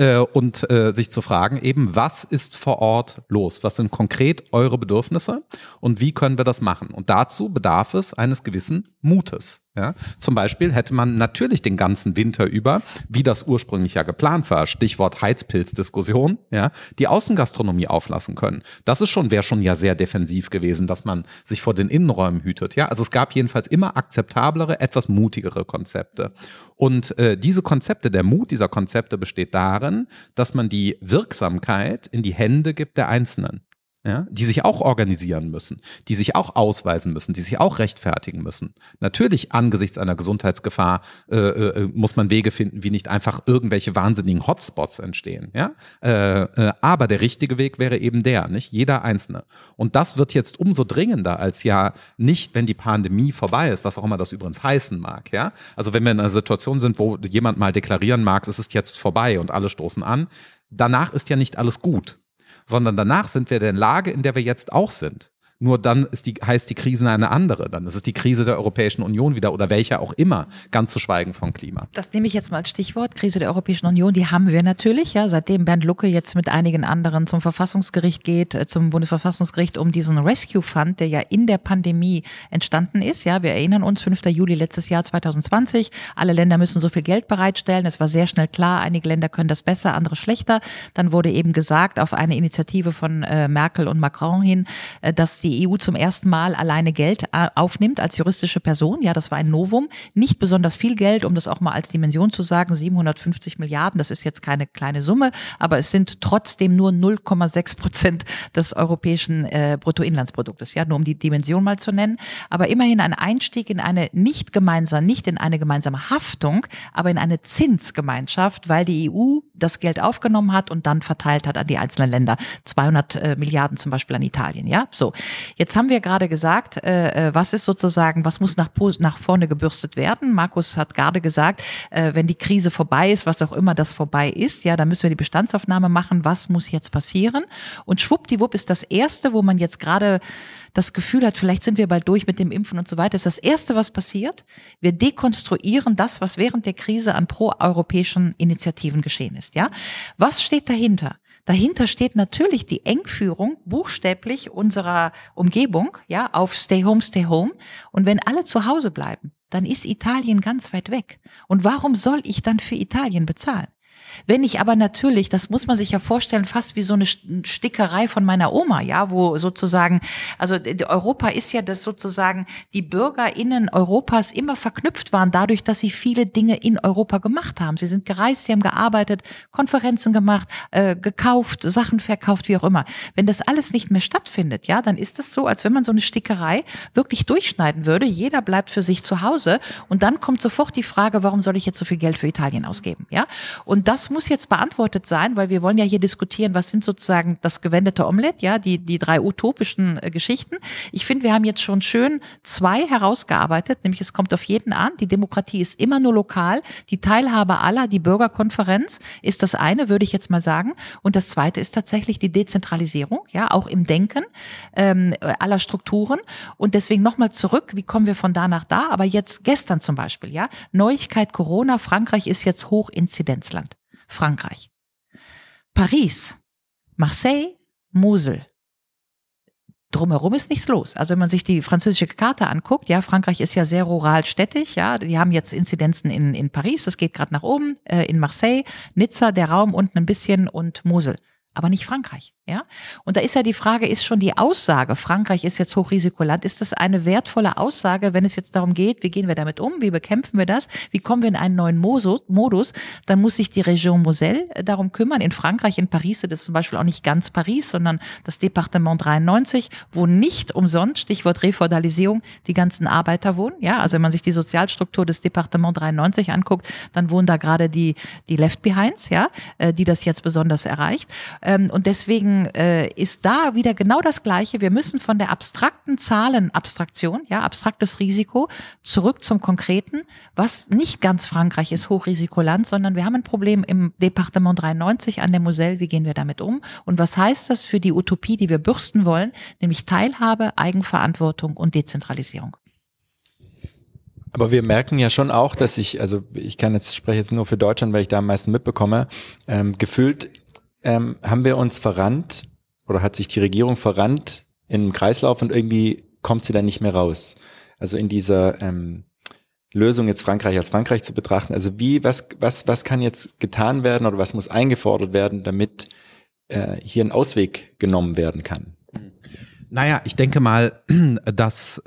und sich zu fragen, eben, was ist vor Ort los? Was sind konkret eure Bedürfnisse und wie können wir das machen? Und dazu bedarf es eines gewissen Mutes. Ja, zum Beispiel hätte man natürlich den ganzen Winter über, wie das ursprünglich ja geplant war, Stichwort Heizpilzdiskussion, ja, die Außengastronomie auflassen können. Das wäre schon ja sehr defensiv gewesen, dass man sich vor den Innenräumen hütet. Ja, also es gab jedenfalls immer akzeptablere, etwas mutigere Konzepte. Und diese Konzepte, der Mut dieser Konzepte besteht darin, dass man die Wirksamkeit in die Hände gibt der Einzelnen. Ja, die sich auch organisieren müssen, die sich auch ausweisen müssen, die sich auch rechtfertigen müssen. Natürlich angesichts einer Gesundheitsgefahr muss man Wege finden, wie nicht einfach irgendwelche wahnsinnigen Hotspots entstehen. Ja? Aber der richtige Weg wäre eben der, nicht jeder Einzelne. Und das wird jetzt umso dringender als ja nicht, wenn die Pandemie vorbei ist, was auch immer das übrigens heißen mag. Ja? Also wenn wir in einer Situation sind, wo jemand mal deklarieren mag, es ist jetzt vorbei und alle stoßen an, danach ist ja nicht alles gut. Sondern danach sind wir in der Lage, in der wir jetzt auch sind. Nur dann heißt die Krise eine andere. Dann ist es die Krise der Europäischen Union wieder oder welcher auch immer, ganz zu schweigen vom Klima. Das nehme ich jetzt mal als Stichwort, Krise der Europäischen Union, die haben wir natürlich, ja, seitdem Bernd Lucke jetzt mit einigen anderen zum Verfassungsgericht geht, zum Bundesverfassungsgericht, um diesen Rescue Fund, der ja in der Pandemie entstanden ist. Ja, wir erinnern uns, 5. Juli letztes Jahr 2020, alle Länder müssen so viel Geld bereitstellen. Es war sehr schnell klar, einige Länder können das besser, andere schlechter. Dann wurde eben gesagt, auf eine Initiative von Merkel und Macron hin, dass die EU zum ersten Mal alleine Geld aufnimmt als juristische Person. Ja, das war ein Novum. Nicht besonders viel Geld, um das auch mal als Dimension zu sagen, 750 Milliarden, das ist jetzt keine kleine Summe, aber es sind trotzdem nur 0,6% des europäischen Bruttoinlandsproduktes. Ja, nur um die Dimension mal zu nennen. Aber immerhin ein Einstieg in eine nicht in eine gemeinsame Haftung, aber in eine Zinsgemeinschaft, weil die EU das Geld aufgenommen hat und dann verteilt hat an die einzelnen Länder. 200 Milliarden zum Beispiel an Italien. Ja, so. Jetzt haben wir gerade gesagt, was ist sozusagen, was muss nach vorne gebürstet werden? Markus hat gerade gesagt, wenn die Krise vorbei ist, was auch immer das vorbei ist, ja, dann müssen wir die Bestandsaufnahme machen, was muss jetzt passieren? Und schwuppdiwupp ist das Erste, wo man jetzt gerade das Gefühl hat, vielleicht sind wir bald durch mit dem Impfen und so weiter, ist das Erste, was passiert. Wir dekonstruieren das, was während der Krise an proeuropäischen Initiativen geschehen ist, ja. Was steht dahinter? Dahinter steht natürlich die Engführung buchstäblich unserer Umgebung, ja, auf Stay Home, Stay Home. Und wenn alle zu Hause bleiben, dann ist Italien ganz weit weg. Und warum soll ich dann für Italien bezahlen? Wenn ich aber natürlich, das muss man sich ja vorstellen, fast wie so eine Stickerei von meiner Oma, ja, wo sozusagen, also Europa ist ja das sozusagen, die BürgerInnen Europas immer verknüpft waren dadurch, dass sie viele Dinge in Europa gemacht haben. Sie sind gereist, sie haben gearbeitet, Konferenzen gemacht, gekauft, Sachen verkauft, wie auch immer. Wenn das alles nicht mehr stattfindet, ja, dann ist das so, als wenn man so eine Stickerei wirklich durchschneiden würde. Jeder bleibt für sich zu Hause und dann kommt sofort die Frage, warum soll ich jetzt so viel Geld für Italien ausgeben, ja? Und das muss jetzt beantwortet sein, weil wir wollen ja hier diskutieren, was sind sozusagen das gewendete Omelett, ja, die drei utopischen Geschichten. Ich finde, wir haben jetzt schon schön 2 herausgearbeitet, nämlich es kommt auf jeden an, die Demokratie ist immer nur lokal, die Teilhabe aller, die Bürgerkonferenz ist das eine, würde ich jetzt mal sagen. Und das zweite ist tatsächlich die Dezentralisierung, ja, auch im Denken aller Strukturen. Und deswegen nochmal zurück, wie kommen wir von da nach da? Aber jetzt gestern zum Beispiel, ja, Neuigkeit Corona, Frankreich ist jetzt Hochinzidenzland. Frankreich. Paris, Marseille, Mosel. Drumherum ist nichts los. Also wenn man sich die französische Karte anguckt, ja, Frankreich ist ja sehr rural städtig, ja, die haben jetzt Inzidenzen in Paris, das geht gerade nach oben, in Marseille, Nizza, der Raum unten ein bisschen und Mosel. Aber nicht Frankreich, ja. Und da ist ja die Frage, ist schon die Aussage, Frankreich ist jetzt Hochrisikoland, ist das eine wertvolle Aussage, wenn es jetzt darum geht, wie gehen wir damit um, wie bekämpfen wir das, wie kommen wir in einen neuen Modus, dann muss sich die Region Moselle darum kümmern. In Frankreich, in Paris, das ist zum Beispiel auch nicht ganz Paris, sondern das Departement 93, wo nicht umsonst, Stichwort Refeudalisierung, die ganzen Arbeiter wohnen, ja. Also wenn man sich die Sozialstruktur des Departement 93 anguckt, dann wohnen da gerade die Left Behinds, ja, die das jetzt besonders erreicht. Und deswegen ist da wieder genau das Gleiche. Wir müssen von der abstrakten Zahlenabstraktion, ja, abstraktes Risiko, zurück zum Konkreten, was nicht ganz Frankreich ist, Hochrisikoland, sondern wir haben ein Problem im Departement 93 an der Moselle. Wie gehen wir damit um? Und was heißt das für die Utopie, die wir bürsten wollen, nämlich Teilhabe, Eigenverantwortung und Dezentralisierung? Aber wir merken ja schon auch, dass spreche jetzt nur für Deutschland, weil ich da am meisten mitbekomme, gefühlt haben wir uns verrannt oder hat sich die Regierung verrannt in einen Kreislauf und irgendwie kommt sie da nicht mehr raus. Also in dieser Lösung jetzt Frankreich als Frankreich zu betrachten, also was kann jetzt getan werden oder was muss eingefordert werden, damit hier ein Ausweg genommen werden kann? Naja, ich denke mal, dass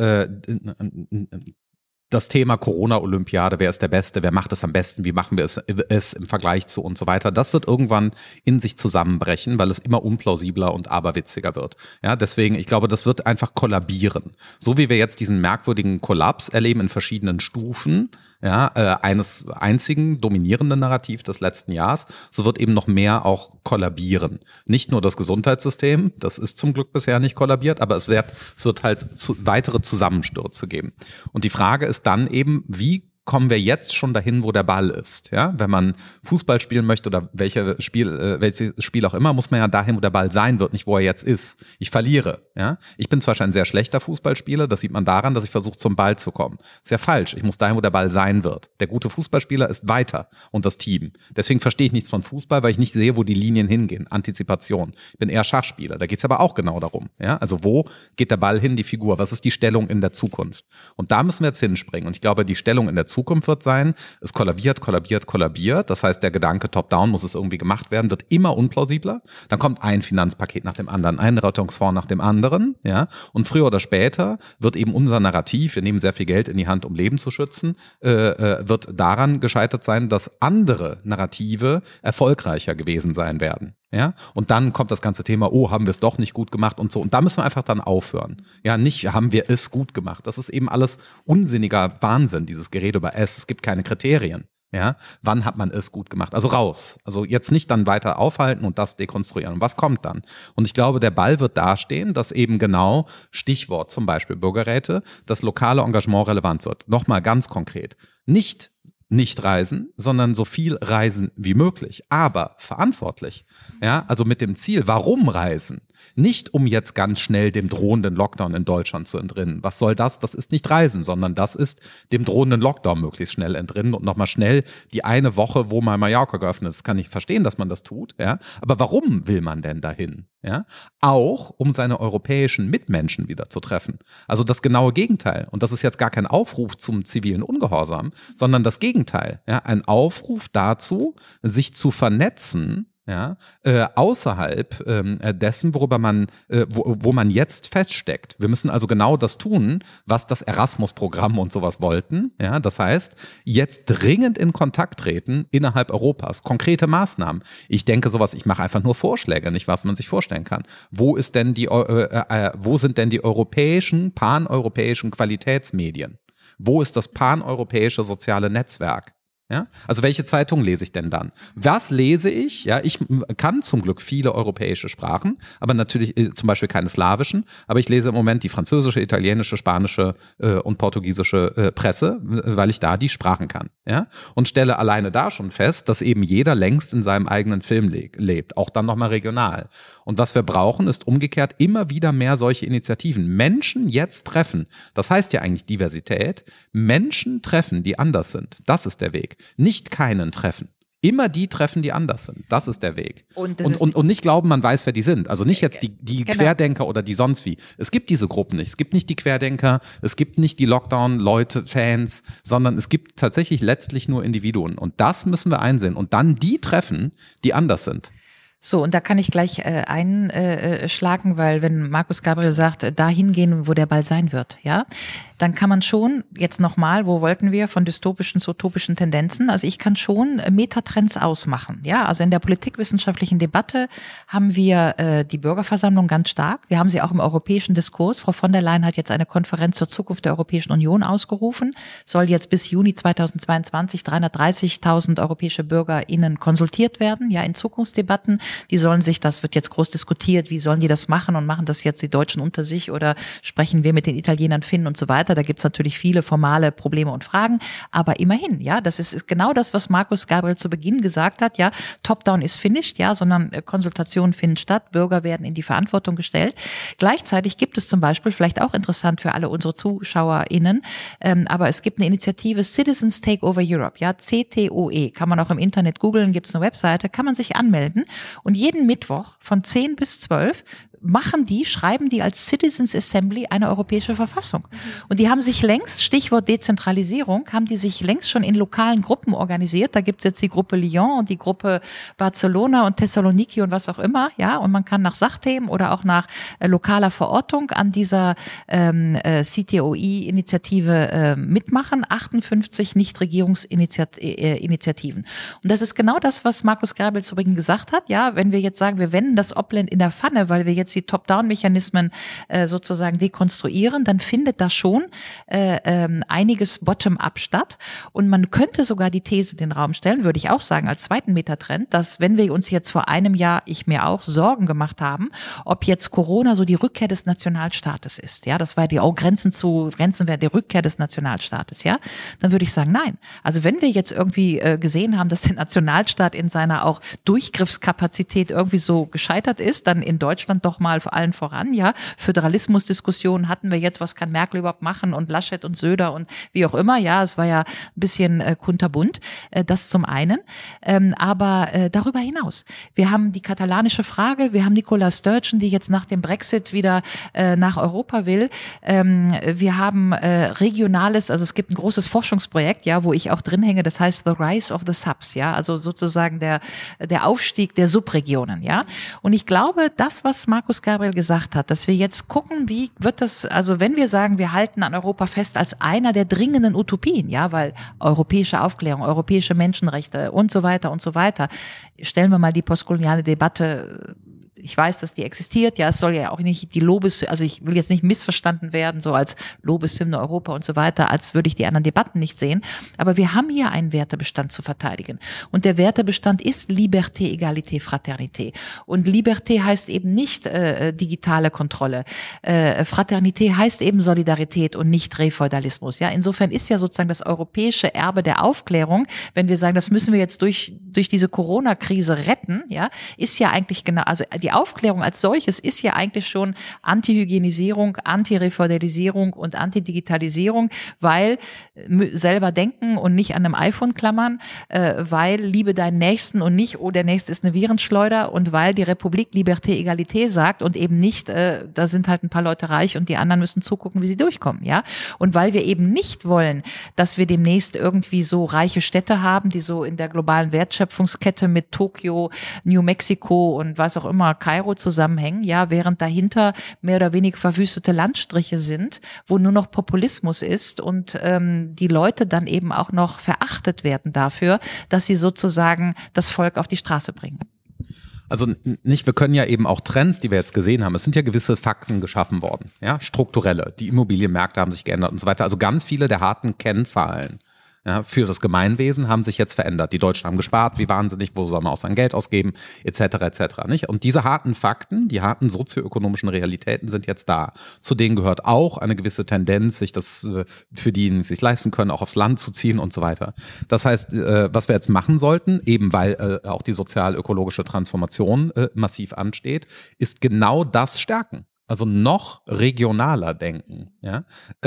das Thema Corona-Olympiade, wer ist der Beste, wer macht es am besten, wie machen wir es im Vergleich zu und so weiter, das wird irgendwann in sich zusammenbrechen, weil es immer unplausibler und aberwitziger wird. Ja, deswegen, ich glaube, das wird einfach kollabieren. So wie wir jetzt diesen merkwürdigen Kollaps erleben in verschiedenen Stufen, ja, eines einzigen dominierenden Narrativ des letzten Jahres, so wird eben noch mehr auch kollabieren. Nicht nur das Gesundheitssystem, das ist zum Glück bisher nicht kollabiert, aber es wird halt weitere Zusammenstürze geben. Und die Frage ist dann eben, wie kommen wir jetzt schon dahin, wo der Ball ist. Ja? Wenn man Fußball spielen möchte oder welches Spiel auch immer, muss man ja dahin, wo der Ball sein wird, nicht wo er jetzt ist. Ich verliere. Ja? Ich bin zwar schon ein sehr schlechter Fußballspieler, das sieht man daran, dass ich versuche, zum Ball zu kommen. Ist ja falsch. Ich muss dahin, wo der Ball sein wird. Der gute Fußballspieler ist weiter und das Team. Deswegen verstehe ich nichts von Fußball, weil ich nicht sehe, wo die Linien hingehen. Antizipation. Ich bin eher Schachspieler. Da geht es aber auch genau darum. Ja? Also wo geht der Ball hin, die Figur? Was ist die Stellung in der Zukunft? Und da müssen wir jetzt hinspringen. Und ich glaube, die Stellung in der Zukunft wird sein, es kollabiert. Das heißt, der Gedanke top-down muss es irgendwie gemacht werden, wird immer unplausibler. Dann kommt ein Finanzpaket nach dem anderen, ein Rettungsfonds nach dem anderen. Ja? Und früher oder später wird eben unser Narrativ, wir nehmen sehr viel Geld in die Hand, um Leben zu schützen, wird daran gescheitert sein, dass andere Narrative erfolgreicher gewesen sein werden. Ja, und dann kommt das ganze Thema, haben wir es doch nicht gut gemacht und so. Und da müssen wir einfach dann aufhören. Ja, nicht haben wir es gut gemacht. Das ist eben alles unsinniger Wahnsinn, dieses Gerede über es. Es gibt keine Kriterien. Ja, wann hat man es gut gemacht? Also raus. Also jetzt nicht dann weiter aufhalten und das dekonstruieren. Und was kommt dann? Und ich glaube, der Ball wird dastehen, dass eben genau, Stichwort zum Beispiel Bürgerräte, das lokale Engagement relevant wird. Nochmal ganz konkret. Nicht reisen, sondern so viel reisen wie möglich, aber verantwortlich. Ja, also mit dem Ziel, warum reisen? Nicht um jetzt ganz schnell dem drohenden Lockdown in Deutschland zu entrinnen. Was soll das? Das ist nicht Reisen, sondern das ist dem drohenden Lockdown möglichst schnell entrinnen und nochmal schnell die eine Woche, wo mal Mallorca geöffnet ist. Kann ich verstehen, dass man das tut, ja. Aber warum will man denn dahin? Ja, auch um seine europäischen Mitmenschen wieder zu treffen. Also das genaue Gegenteil. Und das ist jetzt gar kein Aufruf zum zivilen Ungehorsam, sondern das Gegenteil. Ja, ein Aufruf dazu, sich zu vernetzen, ja, außerhalb dessen, worüber man, wo man jetzt feststeckt. Wir müssen also genau das tun, was das Erasmus-Programm und sowas wollten. Ja, das heißt, jetzt dringend in Kontakt treten innerhalb Europas. Konkrete Maßnahmen. Ich denke sowas, ich mache einfach nur Vorschläge, nicht was man sich vorstellen kann. Wo sind denn die europäischen, paneuropäischen Qualitätsmedien? Wo ist das paneuropäische soziale Netzwerk? Ja? Also welche Zeitung lese ich denn dann? Was lese ich? Ja, ich kann zum Glück viele europäische Sprachen, aber natürlich zum Beispiel keine slawischen. Aber ich lese im Moment die französische, italienische, spanische und portugiesische Presse, weil ich da die Sprachen kann. Ja? Und stelle alleine da schon fest, dass eben jeder längst in seinem eigenen Film lebt, auch dann nochmal regional. Und was wir brauchen, ist umgekehrt immer wieder mehr solche Initiativen. Menschen jetzt treffen. Das heißt ja eigentlich Diversität. Menschen treffen, die anders sind. Das ist der Weg. Nicht keinen treffen. Immer die treffen, die anders sind. Das ist der Weg. Und nicht glauben, man weiß, wer die sind. Also nicht jetzt die genau. Querdenker oder die sonst wie. Es gibt diese Gruppen nicht. Es gibt nicht die Querdenker, es gibt nicht die Lockdown-Leute, Fans, sondern es gibt tatsächlich letztlich nur Individuen. Und das müssen wir einsehen. Und dann die treffen, die anders sind. So, und da kann ich gleich einschlagen, weil wenn Markus Gabriel sagt, dahin gehen, wo der Ball sein wird, ja, dann kann man schon, jetzt nochmal, wo wollten wir, von dystopischen zu utopischen Tendenzen, also ich kann schon Metatrends ausmachen, ja, also in der politikwissenschaftlichen Debatte haben wir die Bürgerversammlung ganz stark, wir haben sie auch im europäischen Diskurs, Frau von der Leyen hat jetzt eine Konferenz zur Zukunft der Europäischen Union ausgerufen, soll jetzt bis Juni 2022 330.000 europäische BürgerInnen konsultiert werden, ja, in Zukunftsdebatten. Die sollen sich, das wird jetzt groß diskutiert, wie sollen die das machen und machen das jetzt die Deutschen unter sich oder sprechen wir mit den Italienern, Finnen und so weiter. Da gibt's natürlich viele formale Probleme und Fragen, aber immerhin, ja, das ist genau das, was Markus Gabriel zu Beginn gesagt hat, ja, Top-down ist finished, ja, sondern Konsultationen finden statt, Bürger werden in die Verantwortung gestellt. Gleichzeitig gibt es zum Beispiel, vielleicht auch interessant für alle unsere ZuschauerInnen, aber es gibt eine Initiative Citizens Take Over Europe, ja, CTOE, kann man auch im Internet googeln, gibt's eine Webseite, kann man sich anmelden. Und jeden Mittwoch von 10 bis 12 schreiben die als Citizens Assembly eine europäische Verfassung. Und die haben sich längst, Stichwort Dezentralisierung, haben die sich längst schon in lokalen Gruppen organisiert. Da gibt's jetzt die Gruppe Lyon und die Gruppe Barcelona und Thessaloniki und was auch immer, ja. Und man kann nach Sachthemen oder auch nach lokaler Verortung an dieser CTOI-Initiative mitmachen. 58 Nichtregierungsinitiativen. Und das ist genau das, was Markus Gabriel zu Beginn gesagt hat. Ja, wenn wir jetzt sagen, wir wenden das Opland in der Pfanne, weil wir jetzt die Top-Down-Mechanismen sozusagen dekonstruieren, dann findet da schon einiges Bottom-up statt. Und man könnte sogar die These in den Raum stellen, würde ich auch sagen, als zweiten Metatrend, dass wenn wir uns jetzt vor einem Jahr, ich mir auch, Sorgen gemacht haben, ob jetzt Corona so die Rückkehr des Nationalstaates ist, ja, das war die Grenzen wäre die Rückkehr des Nationalstaates, ja, dann würde ich sagen, nein. Also wenn wir jetzt irgendwie gesehen haben, dass der Nationalstaat in seiner auch Durchgriffskapazität irgendwie so gescheitert ist, dann in Deutschland doch mal vor allen voran, ja, Föderalismusdiskussionen hatten wir jetzt, was kann Merkel überhaupt machen und Laschet und Söder und wie auch immer, ja, es war ja ein bisschen kunterbunt, das zum einen, aber darüber hinaus, wir haben die katalanische Frage, wir haben Nicola Sturgeon, die jetzt nach dem Brexit wieder nach Europa will, wir haben regionales, also es gibt ein großes Forschungsprojekt, ja, wo ich auch drin hänge, das heißt The Rise of the Subs, ja, also sozusagen der Aufstieg der Subregionen, ja, und ich glaube, das, was Markus Gabriel gesagt hat, dass wir jetzt gucken, wie wird das, also wenn wir sagen, wir halten an Europa fest als einer der dringenden Utopien, ja, weil europäische Aufklärung, europäische Menschenrechte und so weiter, stellen wir mal die postkoloniale Debatte ich weiß, dass die existiert, ja, es soll ja auch nicht die also ich will jetzt nicht missverstanden werden, so als Lobeshymne Europa und so weiter, als würde ich die anderen Debatten nicht sehen, aber wir haben hier einen Wertebestand zu verteidigen und der Wertebestand ist Liberté, Egalité, Fraternité und Liberté heißt eben nicht digitale Kontrolle, Fraternité heißt eben Solidarität und nicht Refeudalismus, ja, insofern ist ja sozusagen das europäische Erbe der Aufklärung, wenn wir sagen, das müssen wir jetzt durch diese Corona-Krise retten, ja, ist ja eigentlich genau, also die Aufklärung als solches ist ja eigentlich schon Anti-Hygienisierung, Anti-Refeudalisierung und Anti-Digitalisierung, weil selber denken und nicht an einem iPhone klammern, weil liebe deinen Nächsten und nicht, oh, der Nächste ist eine Virenschleuder und weil die Republik Liberté, Egalité sagt und eben nicht, da sind halt ein paar Leute reich und die anderen müssen zugucken, wie sie durchkommen, ja. Und weil wir eben nicht wollen, dass wir demnächst irgendwie so reiche Städte haben, die so in der globalen Wertschöpfungskette mit Tokio, New Mexico und was auch immer, Kairo zusammenhängen, ja, während dahinter mehr oder weniger verwüstete Landstriche sind, wo nur noch Populismus ist und die Leute dann eben auch noch verachtet werden dafür, dass sie sozusagen das Volk auf die Straße bringen. Also nicht, wir können ja eben auch Trends, die wir jetzt gesehen haben, es sind ja gewisse Fakten geschaffen worden, ja, strukturelle, die Immobilienmärkte haben sich geändert und so weiter, also ganz viele der harten Kennzahlen, ja, für das Gemeinwesen haben sich jetzt verändert. Die Deutschen haben gespart, wie wahnsinnig, wo soll man auch sein Geld ausgeben, etc., nicht? Und diese harten Fakten, die harten sozioökonomischen Realitäten sind jetzt da. Zu denen gehört auch eine gewisse Tendenz, sich das für die, die es sich leisten können, auch aufs Land zu ziehen und so weiter. Das heißt, was wir jetzt machen sollten, eben weil auch die sozial-ökologische Transformation massiv ansteht, ist genau das stärken. Also noch regionaler denken, ja,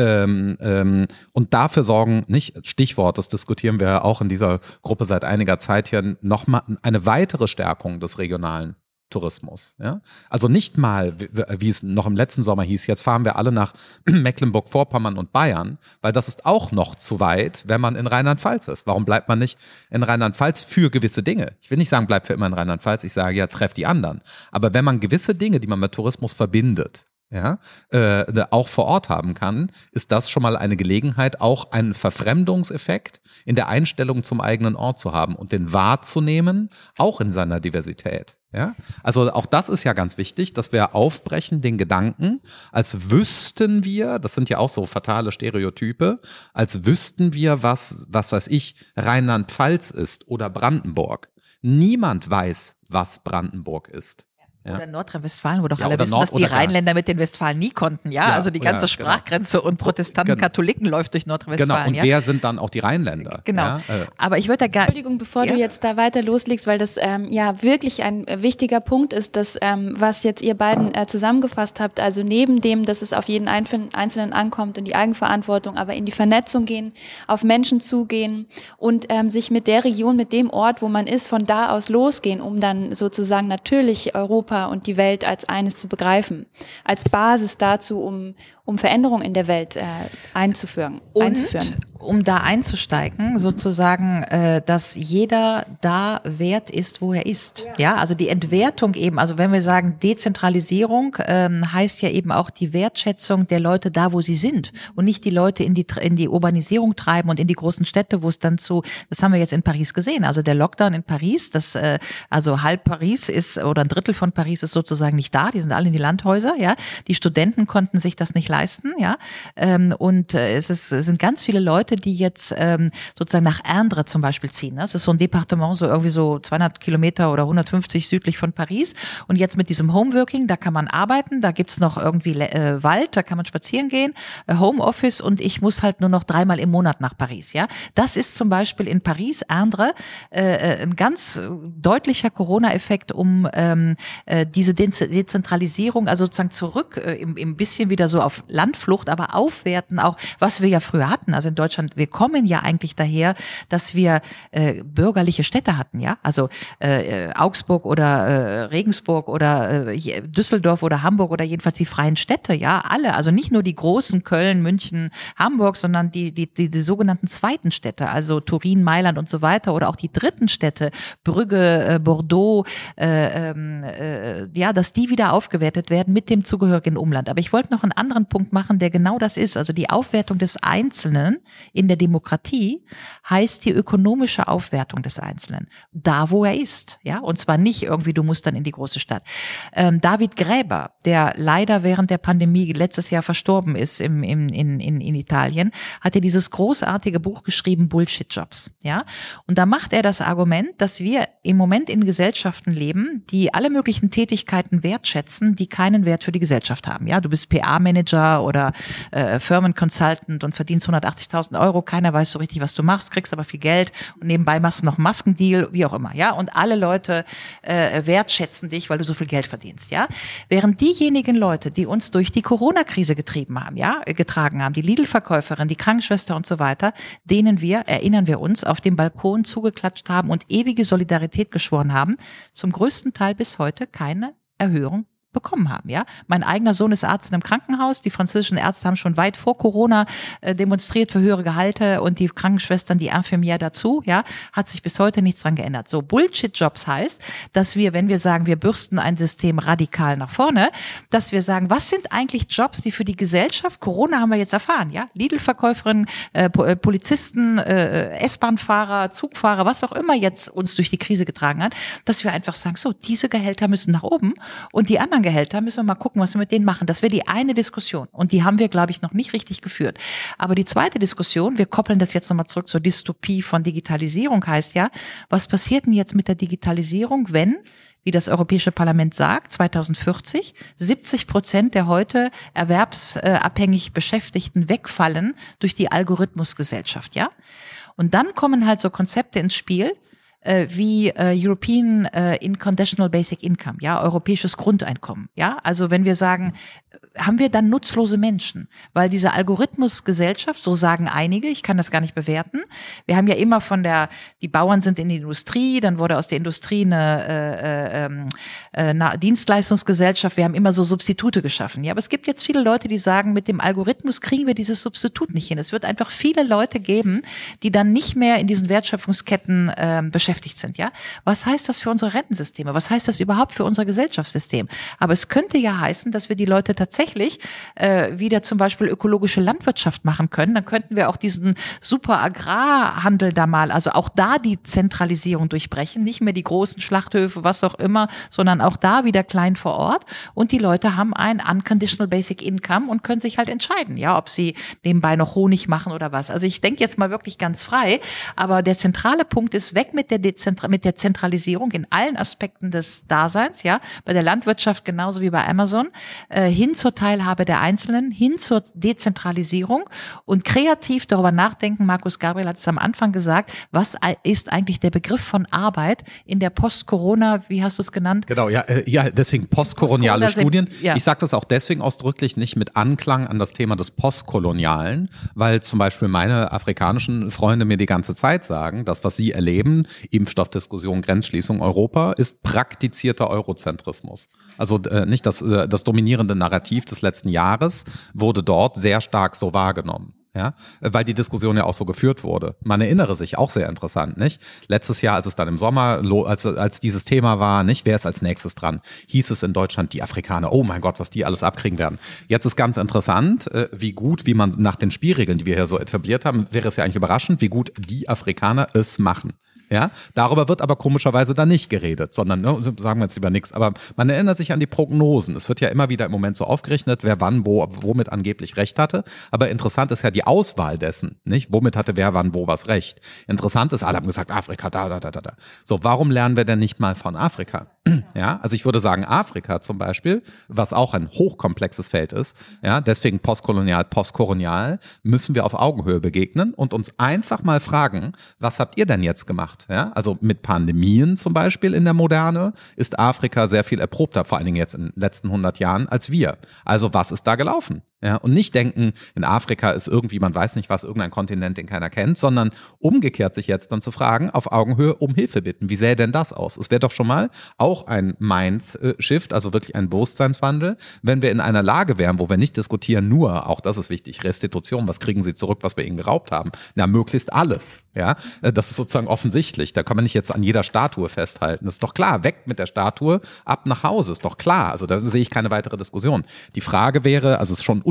und dafür sorgen, nicht Stichwort, das diskutieren wir auch in dieser Gruppe seit einiger Zeit hier, nochmal eine weitere Stärkung des regionalen Tourismus, ja. Also nicht mal, wie es noch im letzten Sommer hieß, jetzt fahren wir alle nach Mecklenburg-Vorpommern und Bayern, weil das ist auch noch zu weit, wenn man in Rheinland-Pfalz ist. Warum bleibt man nicht in Rheinland-Pfalz für gewisse Dinge? Ich will nicht sagen, bleib für immer in Rheinland-Pfalz, ich sage ja, treff die anderen. Aber wenn man gewisse Dinge, die man mit Tourismus verbindet, ja, auch vor Ort haben kann, ist das schon mal eine Gelegenheit, auch einen Verfremdungseffekt in der Einstellung zum eigenen Ort zu haben und den wahrzunehmen, auch in seiner Diversität. Ja? Also auch das ist ja ganz wichtig, dass wir aufbrechen den Gedanken, als wüssten wir, das sind ja auch so fatale Stereotype, als wüssten wir, was weiß ich, Rheinland-Pfalz ist oder Brandenburg. Niemand weiß, was Brandenburg ist. Ja. Oder Nordrhein-Westfalen, wo doch alle wissen, dass die Rheinländer mit den Westfalen nie konnten, ja? Also die ganze Sprachgrenze und Protestanten, Katholiken läuft durch Nordrhein-Westfalen. Genau, und wer sind dann auch die Rheinländer? Genau, ja? Aber ich würde da gar... Entschuldigung, bevor du jetzt da weiter loslegst, weil das ja wirklich ein wichtiger Punkt ist, dass was jetzt ihr beiden zusammengefasst habt, also neben dem, dass es auf jeden Einzelnen ankommt und die Eigenverantwortung, aber in die Vernetzung gehen, auf Menschen zugehen und sich mit der Region, mit dem Ort, wo man ist, von da aus losgehen, um dann sozusagen natürlich Europa und die Welt als eines zu begreifen, als Basis dazu, um Veränderungen in der Welt einzuführen. Um da einzusteigen, sozusagen, dass jeder da wert ist, wo er ist. Ja, also die Entwertung eben, also wenn wir sagen Dezentralisierung, heißt ja eben auch die Wertschätzung der Leute da, wo sie sind und nicht die Leute in die Urbanisierung treiben und in die großen Städte, wo es dann das haben wir jetzt in Paris gesehen, also der Lockdown in Paris, also halb Paris ist oder ein Drittel von Paris ist sozusagen nicht da, die sind alle in die Landhäuser, ja, die Studenten konnten sich das nicht leisten, ja, und es sind ganz viele Leute, die jetzt sozusagen nach Indre zum Beispiel ziehen. Das ist so ein Departement, so irgendwie so 200 Kilometer oder 150 südlich von Paris. Und jetzt mit diesem Homeworking, da kann man arbeiten, da gibt's noch irgendwie Wald, da kann man spazieren gehen, Homeoffice und ich muss halt nur noch 3-mal im Monat nach Paris. Ja, das ist zum Beispiel in Paris, Indre, ein ganz deutlicher Corona-Effekt, um diese Dezentralisierung, also sozusagen zurück im bisschen wieder so auf Landflucht, aber aufwerten auch, was wir ja früher hatten. Also in Deutschland, wir kommen ja eigentlich daher, dass wir bürgerliche Städte hatten, ja, also Augsburg oder Regensburg oder Düsseldorf oder Hamburg oder jedenfalls die freien Städte, ja, alle, also nicht nur die großen Köln, München, Hamburg, sondern die sogenannten zweiten Städte, also Turin, Mailand und so weiter oder auch die dritten Städte, Brügge, Bordeaux, ja, dass die wieder aufgewertet werden mit dem zugehörigen Umland. Aber ich wollte noch einen anderen Punkt machen, der genau das ist. Also die Aufwertung des Einzelnen in der Demokratie heißt die ökonomische Aufwertung des Einzelnen. Da, wo er ist. Ja, und zwar nicht irgendwie, du musst dann in die große Stadt. David Graeber, der leider während der Pandemie letztes Jahr verstorben ist in Italien, hat ja dieses großartige Buch geschrieben, Bullshit-Jobs. Ja, und da macht er das Argument, dass wir im Moment in Gesellschaften leben, die alle möglichen Tätigkeiten wertschätzen, die keinen Wert für die Gesellschaft haben. Ja, du bist PA-Manager oder Firmen-Consultant und verdienst 180.000 Euro. Keiner weiß so richtig, was du machst, kriegst aber viel Geld und nebenbei machst du noch einen Maskendeal, wie auch immer. Ja, und alle Leute wertschätzen dich, weil du so viel Geld verdienst. Ja, während diejenigen Leute, die uns durch die Corona-Krise getragen haben, die Lidl-Verkäuferin, die Krankenschwester und so weiter, denen wir, erinnern wir uns, auf dem Balkon zugeklatscht haben und ewige Solidarität geschworen haben, zum größten Teil bis heute keine Erhöhung bekommen haben, ja. Mein eigener Sohn ist Arzt in einem Krankenhaus. Die französischen Ärzte haben schon weit vor Corona demonstriert für höhere Gehalte und die Krankenschwestern, die Infirmière dazu, ja. Hat sich bis heute nichts dran geändert. So Bullshit-Jobs heißt, dass wir, wenn wir sagen, wir bürsten ein System radikal nach vorne, dass wir sagen, was sind eigentlich Jobs, die für die Gesellschaft, Corona haben wir jetzt erfahren, ja. Lidl-Verkäuferin, Polizisten, S-Bahn-Fahrer, Zugfahrer, was auch immer jetzt uns durch die Krise getragen hat, dass wir einfach sagen, so, diese Gehälter müssen nach oben und die anderen Gehälter, müssen wir mal gucken, was wir mit denen machen. Das wäre die eine Diskussion. Und die haben wir, glaube ich, noch nicht richtig geführt. Aber die zweite Diskussion, wir koppeln das jetzt nochmal zurück zur Dystopie von Digitalisierung, heißt ja, was passiert denn jetzt mit der Digitalisierung, wenn, wie das Europäische Parlament sagt, 2040 70% der heute erwerbsabhängig Beschäftigten wegfallen durch die Algorithmusgesellschaft, ja? Und dann kommen halt so Konzepte ins Spiel, wie European Conditional Basic Income, ja, europäisches Grundeinkommen, ja, also wenn wir sagen, haben wir dann nutzlose Menschen, weil diese Algorithmusgesellschaft, so sagen einige, ich kann das gar nicht bewerten, wir haben ja immer die Bauern sind in die Industrie, dann wurde aus der Industrie eine Dienstleistungsgesellschaft, wir haben immer so Substitute geschaffen, ja, aber es gibt jetzt viele Leute, die sagen, mit dem Algorithmus kriegen wir dieses Substitut nicht hin, es wird einfach viele Leute geben, die dann nicht mehr in diesen Wertschöpfungsketten beschäftigt sind, ja. Was heißt das für unsere Rentensysteme? Was heißt das überhaupt für unser Gesellschaftssystem? Aber es könnte ja heißen, dass wir die Leute tatsächlich wieder zum Beispiel ökologische Landwirtschaft machen können. Dann könnten wir auch diesen super Agrarhandel da mal, also auch da die Zentralisierung durchbrechen, nicht mehr die großen Schlachthöfe, was auch immer, sondern auch da wieder klein vor Ort. Und die Leute haben ein Unconditional Basic Income und können sich halt entscheiden, ja, ob sie nebenbei noch Honig machen oder was. Also ich denke jetzt mal wirklich ganz frei, aber der zentrale Punkt ist weg mit der Zentralisierung in allen Aspekten des Daseins, ja, bei der Landwirtschaft genauso wie bei Amazon, hin zur Teilhabe der Einzelnen, hin zur Dezentralisierung und kreativ darüber nachdenken. Markus Gabriel hat es am Anfang gesagt, was ist eigentlich der Begriff von Arbeit in der Post-Corona, wie hast du es genannt? Genau, ja, deswegen postkoloniale Studien. Ja. Ich sage das auch deswegen ausdrücklich nicht mit Anklang an das Thema des Postkolonialen, weil zum Beispiel meine afrikanischen Freunde mir die ganze Zeit sagen, das, was sie erleben, Impfstoffdiskussion, Grenzschließung Europa, ist praktizierter Eurozentrismus. Also nicht das dominierende Narrativ des letzten Jahres wurde dort sehr stark so wahrgenommen. Ja, weil die Diskussion ja auch so geführt wurde. Man erinnere sich, auch sehr interessant, nicht? Letztes Jahr, als es dann im Sommer, als dieses Thema war, nicht? Wer ist als nächstes dran? Hieß es in Deutschland, die Afrikaner, oh mein Gott, was die alles abkriegen werden. Jetzt ist ganz interessant, wie man nach den Spielregeln, die wir hier so etabliert haben, wäre es ja eigentlich überraschend, wie gut die Afrikaner es machen. Ja, darüber wird aber komischerweise dann nicht geredet, sondern sagen wir jetzt lieber nichts. Aber man erinnert sich an die Prognosen. Es wird ja immer wieder im Moment so aufgerechnet, wer wann, womit angeblich Recht hatte. Aber interessant ist ja die Auswahl dessen, nicht? Womit hatte wer wann, wo was Recht? Interessant ist, alle haben gesagt, Afrika, da. So, warum lernen wir denn nicht mal von Afrika? Ja, also ich würde sagen, Afrika zum Beispiel, was auch ein hochkomplexes Feld ist, ja, deswegen postkolonial, müssen wir auf Augenhöhe begegnen und uns einfach mal fragen, was habt ihr denn jetzt gemacht? Ja, also mit Pandemien zum Beispiel in der Moderne ist Afrika sehr viel erprobter, vor allen Dingen jetzt in den letzten 100 Jahren, als wir. Also was ist da gelaufen? Ja, und nicht denken, in Afrika ist irgendwie, man weiß nicht was, irgendein Kontinent, den keiner kennt, sondern umgekehrt sich jetzt dann zu fragen, auf Augenhöhe um Hilfe bitten. Wie sähe denn das aus? Es wäre doch schon mal auch ein Mind-Shift, also wirklich ein Bewusstseinswandel, wenn wir in einer Lage wären, wo wir nicht diskutieren, nur, auch das ist wichtig, Restitution, was kriegen sie zurück, was wir ihnen geraubt haben? Na, möglichst alles. Ja, das ist sozusagen offensichtlich. Da kann man nicht jetzt an jeder Statue festhalten. Das ist doch klar, weg mit der Statue, ab nach Hause, ist doch klar. Also da sehe ich keine weitere Diskussion. Die Frage wäre, also es ist schon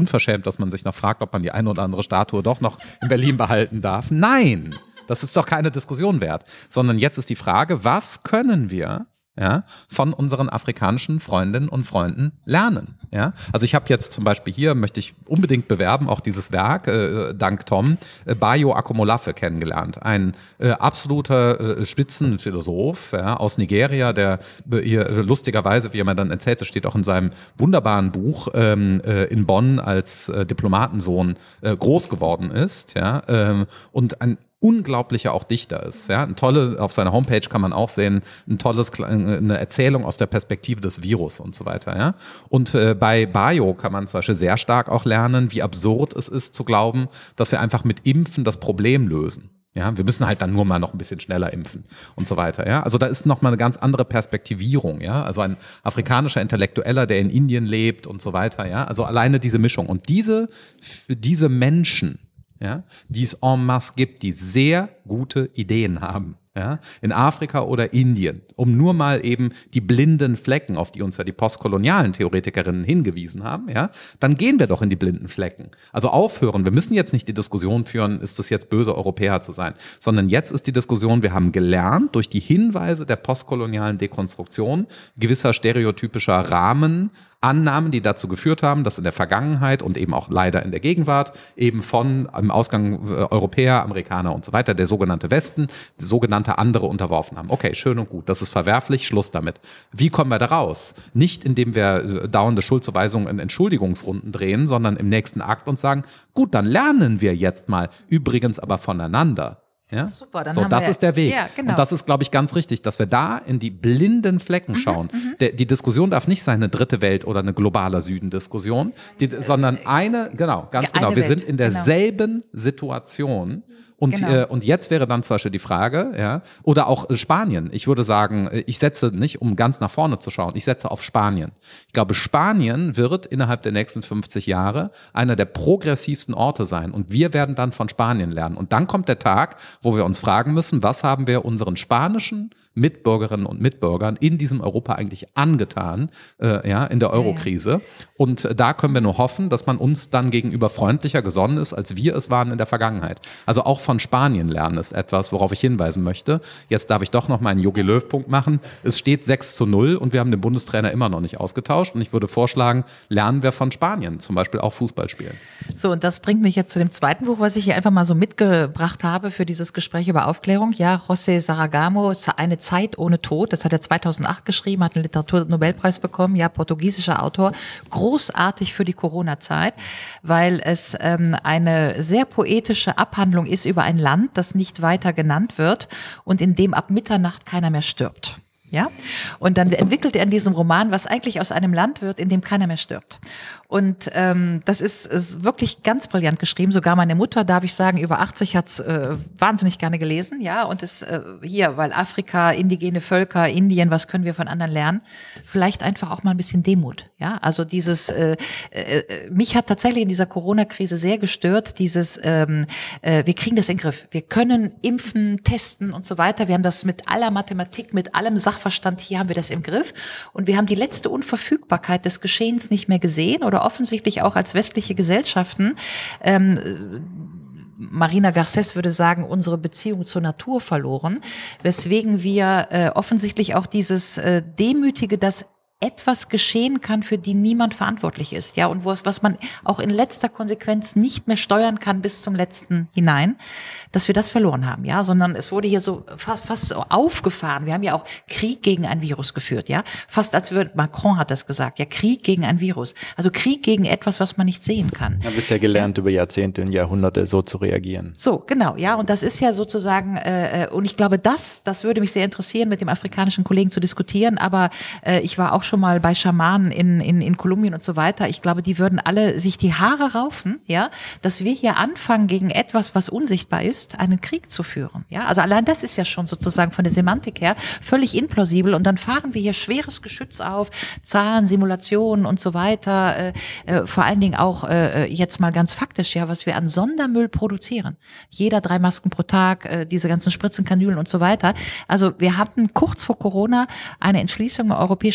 unverschämt, dass man sich noch fragt, ob man die eine oder andere Statue doch noch in Berlin behalten darf. Nein, das ist doch keine Diskussion wert, sondern jetzt ist die Frage, was können wir von unseren afrikanischen Freundinnen und Freunden lernen. Ja? Also ich habe jetzt zum Beispiel hier, möchte ich unbedingt bewerben, auch dieses Werk, dank Tom, Bayo Akomolafe kennengelernt. Ein absoluter Spitzenphilosoph aus Nigeria, der hier lustigerweise, wie er mir dann erzählte, steht auch in seinem wunderbaren Buch in Bonn als Diplomatensohn groß geworden ist. Und ein unglaublicher auch Dichter ist. Auf seiner Homepage kann man auch sehen, eine Erzählung aus der Perspektive des Virus und so weiter. Ja? Und bei Bayo kann man zum Beispiel sehr stark auch lernen, wie absurd es ist zu glauben, dass wir einfach mit Impfen das Problem lösen. Ja, wir müssen halt dann nur mal noch ein bisschen schneller impfen und so weiter. Ja, also da ist noch mal eine ganz andere Perspektivierung. Ja, also ein afrikanischer Intellektueller, der in Indien lebt und so weiter. Ja, also alleine diese Mischung und diese Menschen, die es en masse gibt, die sehr gute Ideen haben, in Afrika oder Indien, um nur mal eben die blinden Flecken, auf die uns ja die postkolonialen Theoretikerinnen hingewiesen haben, dann gehen wir doch in die blinden Flecken. Also aufhören, wir müssen jetzt nicht die Diskussion führen, ist es jetzt böse, Europäer zu sein, sondern jetzt ist die Diskussion, wir haben gelernt, durch die Hinweise der postkolonialen Dekonstruktion gewisser stereotypischer Annahmen, die dazu geführt haben, dass in der Vergangenheit und eben auch leider in der Gegenwart eben von im Ausgang Europäer, Amerikaner und so weiter, der sogenannte Westen, sogenannte andere unterworfen haben. Okay, schön und gut, das ist verwerflich, Schluss damit. Wie kommen wir da raus? Nicht, indem wir dauernde Schuldzuweisungen in Entschuldigungsrunden drehen, sondern im nächsten Akt und sagen, gut, dann lernen wir jetzt mal, übrigens aber voneinander. Ja? Super, dann das ist der Weg. Ja, genau. Und das ist, glaube ich, ganz richtig, dass wir da in die blinden Flecken schauen. Die Diskussion darf nicht sein, eine dritte Welt oder eine globaler Süden-Diskussion, sondern ganz genau. Wir sind in derselben Situation. Und jetzt wäre dann zum Beispiel die Frage, oder auch Spanien. Ich würde sagen, ich setze nicht, um ganz nach vorne zu schauen, ich setze auf Spanien. Ich glaube, Spanien wird innerhalb der nächsten 50 Jahre einer der progressivsten Orte sein. Und wir werden dann von Spanien lernen. Und dann kommt der Tag, wo wir uns fragen müssen, was haben wir unseren spanischen Mitbürgerinnen und Mitbürgern in diesem Europa eigentlich angetan, in der Eurokrise. Und da können wir nur hoffen, dass man uns dann gegenüber freundlicher gesonnen ist, als wir es waren in der Vergangenheit. Also auch von Spanien lernen ist etwas, worauf ich hinweisen möchte. Jetzt darf ich doch noch meinen Jogi Löw-Punkt machen. Es steht 6:0 und wir haben den Bundestrainer immer noch nicht ausgetauscht. Und ich würde vorschlagen, lernen wir von Spanien, zum Beispiel auch Fußball spielen. So, und das bringt mich jetzt zu dem zweiten Buch, was ich hier einfach mal so mitgebracht habe für dieses Gespräch über Aufklärung. Ja, José Saramago, Eine Zeit ohne Tod. Das hat er 2008 geschrieben, hat einen Literaturnobelpreis bekommen. Ja, portugiesischer Autor. Großartig für die Corona-Zeit, weil es eine sehr poetische Abhandlung ist über ein Land, das nicht weiter genannt wird und in dem ab Mitternacht keiner mehr stirbt. Ja? Und dann entwickelt er in diesem Roman, was eigentlich aus einem Land wird, in dem keiner mehr stirbt. Und das ist wirklich ganz brillant geschrieben. Sogar meine Mutter, darf ich sagen, über 80 hat's wahnsinnig gerne gelesen. Ja, und ist hier, weil Afrika, indigene Völker, Indien, was können wir von anderen lernen? Vielleicht einfach auch mal ein bisschen Demut. Ja, also dieses, mich hat tatsächlich in dieser Corona-Krise sehr gestört, dieses, wir kriegen das in den Griff. Wir können impfen, testen und so weiter. Wir haben das mit aller Mathematik, mit allem Sachverstand, hier haben wir das im Griff. Und wir haben die letzte Unverfügbarkeit des Geschehens nicht mehr gesehen oder offensichtlich auch als westliche Gesellschaften. Marina Garcés würde sagen, unsere Beziehung zur Natur verloren, weswegen wir offensichtlich auch dieses Demütige, dass etwas geschehen kann, für die niemand verantwortlich ist, ja, und was man auch in letzter Konsequenz nicht mehr steuern kann bis zum letzten hinein, dass wir das verloren haben, ja, sondern es wurde hier so fast so aufgefahren. Wir haben ja auch Krieg gegen ein Virus geführt, ja, fast als würde, Macron hat das gesagt, ja, Krieg gegen ein Virus, also Krieg gegen etwas, was man nicht sehen kann. Wir haben bisher gelernt, über Jahrzehnte und Jahrhunderte so zu reagieren. So, genau, ja, und das ist ja sozusagen, und ich glaube, das würde mich sehr interessieren, mit dem afrikanischen Kollegen zu diskutieren, aber ich war auch schon mal bei Schamanen in Kolumbien und so weiter. Ich glaube, die würden alle sich die Haare raufen, ja, dass wir hier anfangen, gegen etwas, was unsichtbar ist, einen Krieg zu führen. Ja, also allein das ist ja schon sozusagen von der Semantik her völlig implausibel. Und dann fahren wir hier schweres Geschütz auf, Zahlen, Simulationen und so weiter. Vor allen Dingen auch jetzt mal ganz faktisch, ja, was wir an Sondermüll produzieren. Jeder 3 Masken pro Tag, diese ganzen Spritzen, Kanülen und so weiter. Also wir hatten kurz vor Corona eine Entschließung im Europäischen Parlament,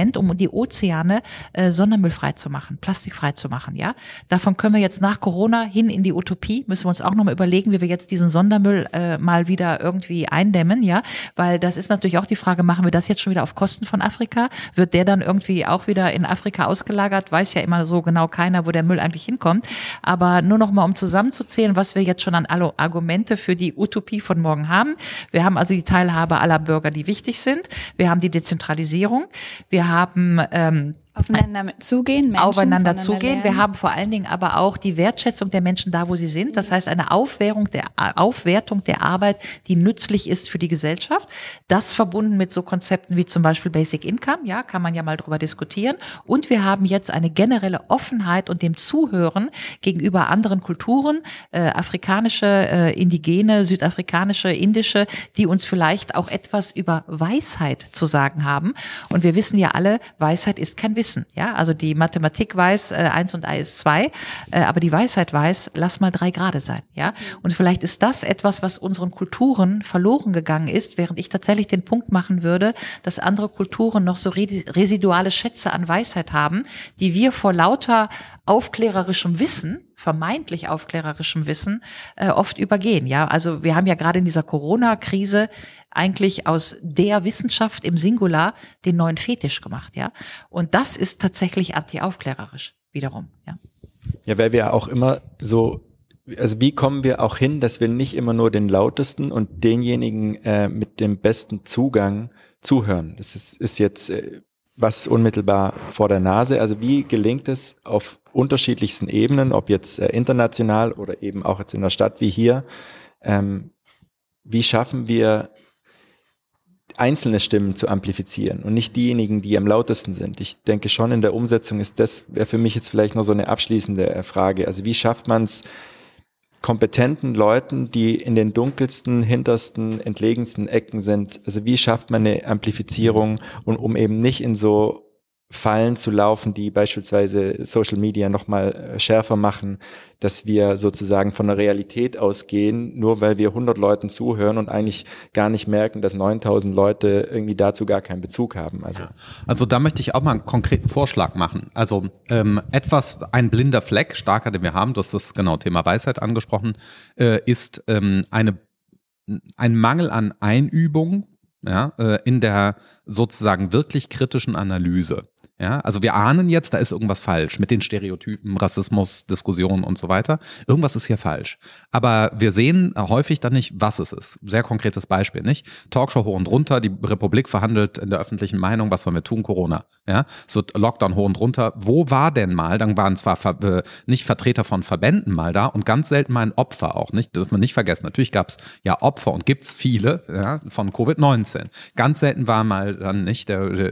Instrument, um die Ozeane sondermüllfrei zu machen, plastikfrei zu machen. Ja, davon können wir jetzt nach Corona hin in die Utopie, müssen wir uns auch nochmal überlegen, wie wir jetzt diesen Sondermüll mal wieder irgendwie eindämmen. Ja, weil das ist natürlich auch die Frage, machen wir das jetzt schon wieder auf Kosten von Afrika? Wird der dann irgendwie auch wieder in Afrika ausgelagert? Weiß ja immer so genau keiner, wo der Müll eigentlich hinkommt. Aber nur noch mal, um zusammenzuzählen, was wir jetzt schon an Argumente für die Utopie von morgen haben. Wir haben also die Teilhabe aller Bürger, die wichtig sind. Wir haben die Dezentralisierung. Wir haben aufeinander zugehen, Menschen aufeinander zugehen. lernen. Wir haben vor allen Dingen aber auch die Wertschätzung der Menschen da, wo sie sind. Das heißt, eine Aufwertung der Arbeit, die nützlich ist für die Gesellschaft. Das verbunden mit so Konzepten wie zum Beispiel Basic Income. Ja, kann man ja mal drüber diskutieren. Und wir haben jetzt eine generelle Offenheit und dem Zuhören gegenüber anderen Kulturen, afrikanische, indigene, südafrikanische, indische, die uns vielleicht auch etwas über Weisheit zu sagen haben. Und wir wissen ja alle, Weisheit ist kein Wissen. Ja, also die Mathematik weiß, 1 und 1 ist 2, aber die Weisheit weiß, lass mal 3 Grade sein. Ja, und vielleicht ist das etwas, was unseren Kulturen verloren gegangen ist, während ich tatsächlich den Punkt machen würde, dass andere Kulturen noch so residuale Schätze an Weisheit haben, die wir vor lauter aufklärerischem Wissen, vermeintlich aufklärerischem Wissen, oft übergehen. Ja, also wir haben ja gerade in dieser Corona-Krise eigentlich aus der Wissenschaft im Singular den neuen Fetisch gemacht. Ja, und das ist tatsächlich anti-aufklärerisch wiederum. Ja. Ja, weil wir auch immer so, also wie kommen wir auch hin, dass wir nicht immer nur den lautesten und denjenigen mit dem besten Zugang zuhören? Das ist jetzt was ist unmittelbar vor der Nase? Also wie gelingt es auf unterschiedlichsten Ebenen, ob jetzt international oder eben auch jetzt in der Stadt wie hier, wie schaffen wir einzelne Stimmen zu amplifizieren und nicht diejenigen, die am lautesten sind? Ich denke schon, in der Umsetzung wäre für mich jetzt vielleicht noch so eine abschließende Frage. Also wie schafft man es, kompetenten Leuten, die in den dunkelsten, hintersten, entlegensten Ecken sind, also wie schafft man eine Amplifizierung, und um eben nicht in so Fallen zu laufen, die beispielsweise Social Media nochmal schärfer machen, dass wir sozusagen von der Realität ausgehen, nur weil wir 100 Leuten zuhören und eigentlich gar nicht merken, dass 9000 Leute irgendwie dazu gar keinen Bezug haben. Also da möchte ich auch mal einen konkreten Vorschlag machen. Also ein blinder Fleck, starker, den wir haben, du hast das genau Thema Weisheit angesprochen, ist ein Mangel an Einübung, ja, in der sozusagen wirklich kritischen Analyse. Ja, also wir ahnen jetzt, da ist irgendwas falsch mit den Stereotypen, Rassismus, Diskussionen und so weiter. Irgendwas ist hier falsch. Aber wir sehen häufig dann nicht, was es ist. Sehr konkretes Beispiel, nicht? Talkshow hoch und runter, die Republik verhandelt in der öffentlichen Meinung, was sollen wir tun? Corona. Ja, es wird Lockdown hoch und runter. Wo war denn mal? Dann waren zwar nicht Vertreter von Verbänden mal da und ganz selten mal ein Opfer auch, nicht? Dürfen wir nicht vergessen. Natürlich gab es ja Opfer und gibt es viele, ja, von Covid-19. Ganz selten war mal dann nicht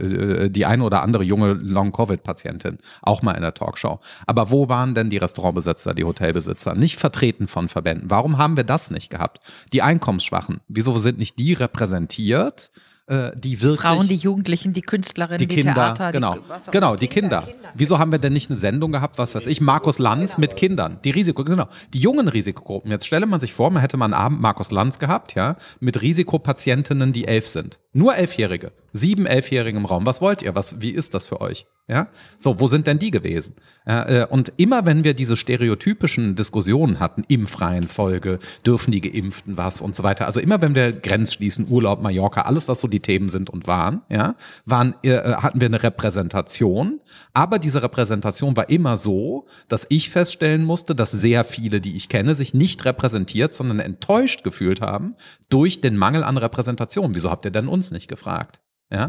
die eine oder andere junge Long-Covid-Patientin, auch mal in der Talkshow. Aber wo waren denn die Restaurantbesitzer, die Hotelbesitzer? Nicht vertreten von Verbänden. Warum haben wir das nicht gehabt? Die Einkommensschwachen, wieso sind nicht die repräsentiert, die wirklich... Frauen, die Jugendlichen, die Künstlerinnen, die Kinder, Theater. Die Kinder. Wieso haben wir denn nicht eine Sendung gehabt, was weiß ich, Markus Lanz mit Kindern, die jungen Risikogruppen. Jetzt stelle man sich vor, man hätte mal einen Abend Markus Lanz gehabt, ja, mit Risikopatientinnen, die 11 sind. Nur 11-Jährige. 7 11-Jährige im Raum. Was wollt ihr? Wie ist das für euch? Ja? So, wo sind denn die gewesen? Und immer wenn wir diese stereotypischen Diskussionen hatten, im freien Folge, dürfen die Geimpften was und so weiter. Also immer wenn wir Grenzschließen, Urlaub, Mallorca, alles was so die Themen sind und waren, ja, hatten wir eine Repräsentation. Aber diese Repräsentation war immer so, dass ich feststellen musste, dass sehr viele, die ich kenne, sich nicht repräsentiert, sondern enttäuscht gefühlt haben durch den Mangel an Repräsentation. Wieso habt ihr denn uns nicht gefragt? Ja?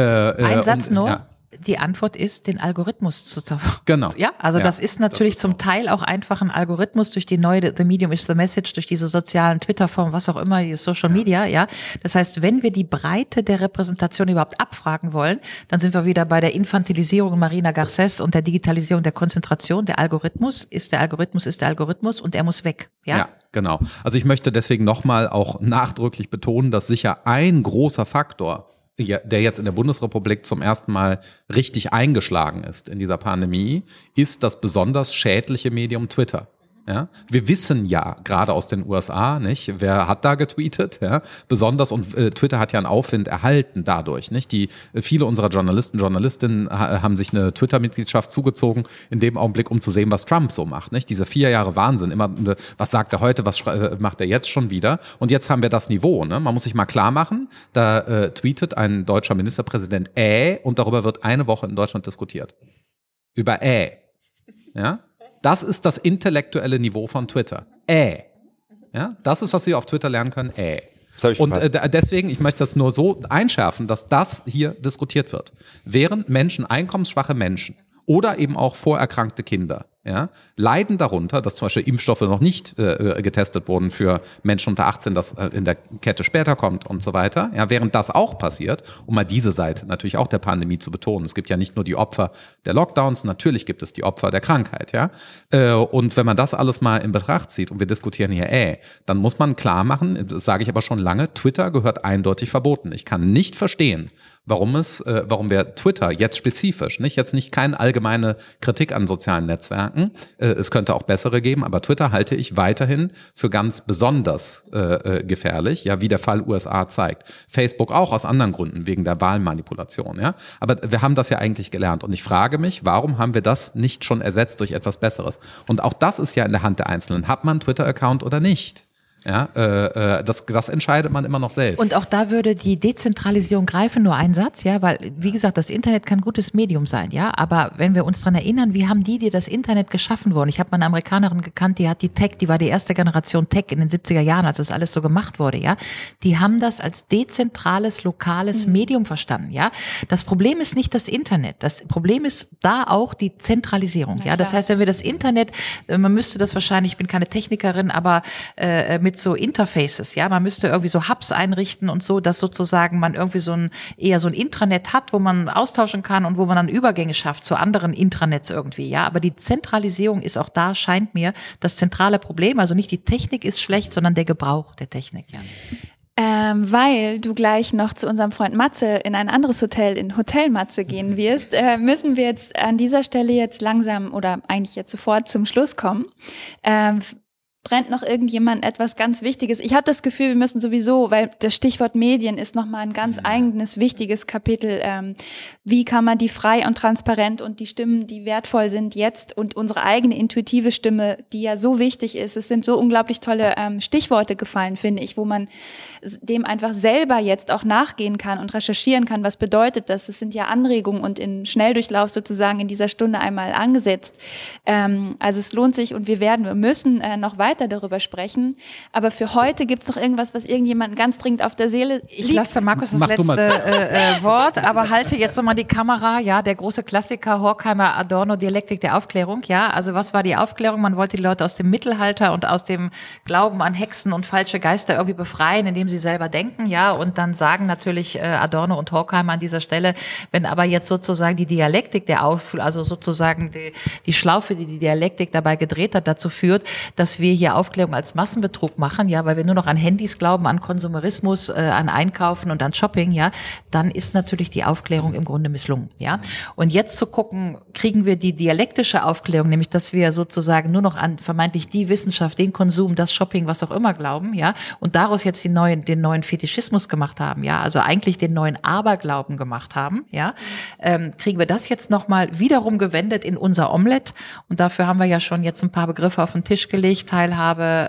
Ein Satz nur. Ja. Die Antwort ist, den Algorithmus zu zerfahren. Genau. Ja, also das ist natürlich zum Teil auch einfach ein Algorithmus durch die neue The Medium is the Message, durch diese sozialen Twitter-Formen, was auch immer, die Social Media, ja. Das heißt, wenn wir die Breite der Repräsentation überhaupt abfragen wollen, dann sind wir wieder bei der Infantilisierung Marina Garcés und der Digitalisierung der Konzentration. Der Algorithmus ist der Algorithmus und er muss weg, ja. Ja, genau. Also ich möchte deswegen nochmal auch nachdrücklich betonen, dass sicher ein großer Faktor, der jetzt in der Bundesrepublik zum ersten Mal richtig eingeschlagen ist in dieser Pandemie, ist das besonders schädliche Medium Twitter. Ja, wir wissen ja gerade aus den USA, nicht, wer hat da getweetet, ja, besonders, und Twitter hat ja einen Aufwind erhalten dadurch, nicht, viele unserer Journalistinnen haben sich eine Twitter-Mitgliedschaft zugezogen in dem Augenblick, um zu sehen, was Trump so macht, nicht, diese 4 Jahre Wahnsinn, immer, was sagt er heute, was macht er jetzt schon wieder, und jetzt haben wir das Niveau, ne, man muss sich mal klar machen, da tweetet ein deutscher Ministerpräsident und darüber wird eine Woche in Deutschland diskutiert. Über ja. Das ist das intellektuelle Niveau von Twitter. Ja, das ist, was Sie auf Twitter lernen können. Das hab ich verpasst. Und deswegen, ich möchte das nur so einschärfen, dass das hier diskutiert wird. Während Menschen, einkommensschwache Menschen oder eben auch vorerkrankte Kinder, ja, leiden darunter, dass zum Beispiel Impfstoffe noch nicht getestet wurden für Menschen unter 18, das in der Kette später kommt und so weiter. Ja, während das auch passiert, um mal diese Seite natürlich auch der Pandemie zu betonen. Es gibt ja nicht nur die Opfer der Lockdowns, natürlich gibt es die Opfer der Krankheit. Ja, und wenn man das alles mal in Betracht zieht und wir diskutieren hier, dann muss man klar machen, das sage ich aber schon lange, Twitter gehört eindeutig verboten. Ich kann nicht verstehen, warum wir Twitter jetzt spezifisch, nicht keine allgemeine Kritik an sozialen Netzwerken, es könnte auch bessere geben, aber Twitter halte ich weiterhin für ganz besonders gefährlich, ja, wie der Fall USA zeigt. Facebook auch aus anderen Gründen, wegen der Wahlmanipulation, ja. Aber wir haben das ja eigentlich gelernt und ich frage mich, warum haben wir das nicht schon ersetzt durch etwas Besseres? Und auch das ist ja in der Hand der Einzelnen. Hat man einen Twitter-Account oder nicht? Ja, das entscheidet man immer noch selbst. Und auch da würde die Dezentralisierung greifen, nur ein Satz, ja, weil, wie gesagt, das Internet kann ein gutes Medium sein, ja, aber wenn wir uns dran erinnern, wie haben die das Internet geschaffen worden? Ich habe mal eine Amerikanerin gekannt, die war die erste Generation Tech in den 70er Jahren, als das alles so gemacht wurde, ja. Die haben das als dezentrales, lokales Medium verstanden, ja. Das Problem ist nicht das Internet, das Problem ist da auch die Zentralisierung, ja. Das heißt, wenn wir das Internet, man müsste das wahrscheinlich, ich bin keine Technikerin, aber mit so Interfaces, ja, man müsste irgendwie so Hubs einrichten und so, dass sozusagen man irgendwie eher so ein Intranet hat, wo man austauschen kann und wo man dann Übergänge schafft zu anderen Intranets irgendwie, ja, aber die Zentralisierung ist auch da, scheint mir, das zentrale Problem, also nicht die Technik ist schlecht, sondern der Gebrauch der Technik, ja. Weil du gleich noch zu unserem Freund Matze in ein anderes Hotel, in Hotel Matze gehen wirst, müssen wir jetzt an dieser Stelle jetzt langsam oder eigentlich jetzt sofort zum Schluss kommen. Brennt noch irgendjemand etwas ganz Wichtiges? Ich habe das Gefühl, wir müssen sowieso, weil das Stichwort Medien ist nochmal ein ganz eigenes, wichtiges Kapitel. Wie kann man die frei und transparent und die Stimmen, die wertvoll sind jetzt und unsere eigene intuitive Stimme, die ja so wichtig ist. Es sind so unglaublich tolle Stichworte gefallen, finde ich, wo man dem einfach selber jetzt auch nachgehen kann und recherchieren kann. Was bedeutet das? Das sind ja Anregungen und in Schnelldurchlauf sozusagen in dieser Stunde einmal angesetzt. Also es lohnt sich und wir müssen noch weiter darüber sprechen. Aber für heute gibt es noch irgendwas, was irgendjemandem ganz dringend auf der Seele liegt. Ich lasse Markus das letzte Wort, aber halte jetzt nochmal die Kamera. Ja, der große Klassiker Horkheimer Adorno, Dialektik der Aufklärung. Ja, also was war die Aufklärung? Man wollte die Leute aus dem Mittelalter und aus dem Glauben an Hexen und falsche Geister irgendwie befreien, indem sie selber denken. Ja, und dann sagen natürlich Adorno und Horkheimer an dieser Stelle, wenn aber jetzt sozusagen die Dialektik der also sozusagen die Schlaufe, die die Dialektik dabei gedreht hat, dazu führt, dass wir hier Aufklärung als Massenbetrug machen, ja, weil wir nur noch an Handys glauben, an Konsumerismus, an Einkaufen und an Shopping, ja, dann ist natürlich die Aufklärung im Grunde misslungen, ja. Und jetzt zu gucken, kriegen wir die dialektische Aufklärung, nämlich, dass wir sozusagen nur noch an vermeintlich die Wissenschaft, den Konsum, das Shopping, was auch immer glauben, ja, und daraus jetzt den neuen Fetischismus gemacht haben, ja, also eigentlich den neuen Aberglauben gemacht haben, ja, kriegen wir das jetzt nochmal wiederum gewendet in unser Omelett und dafür haben wir ja schon jetzt ein paar Begriffe auf den Tisch gelegt, Teilhabe,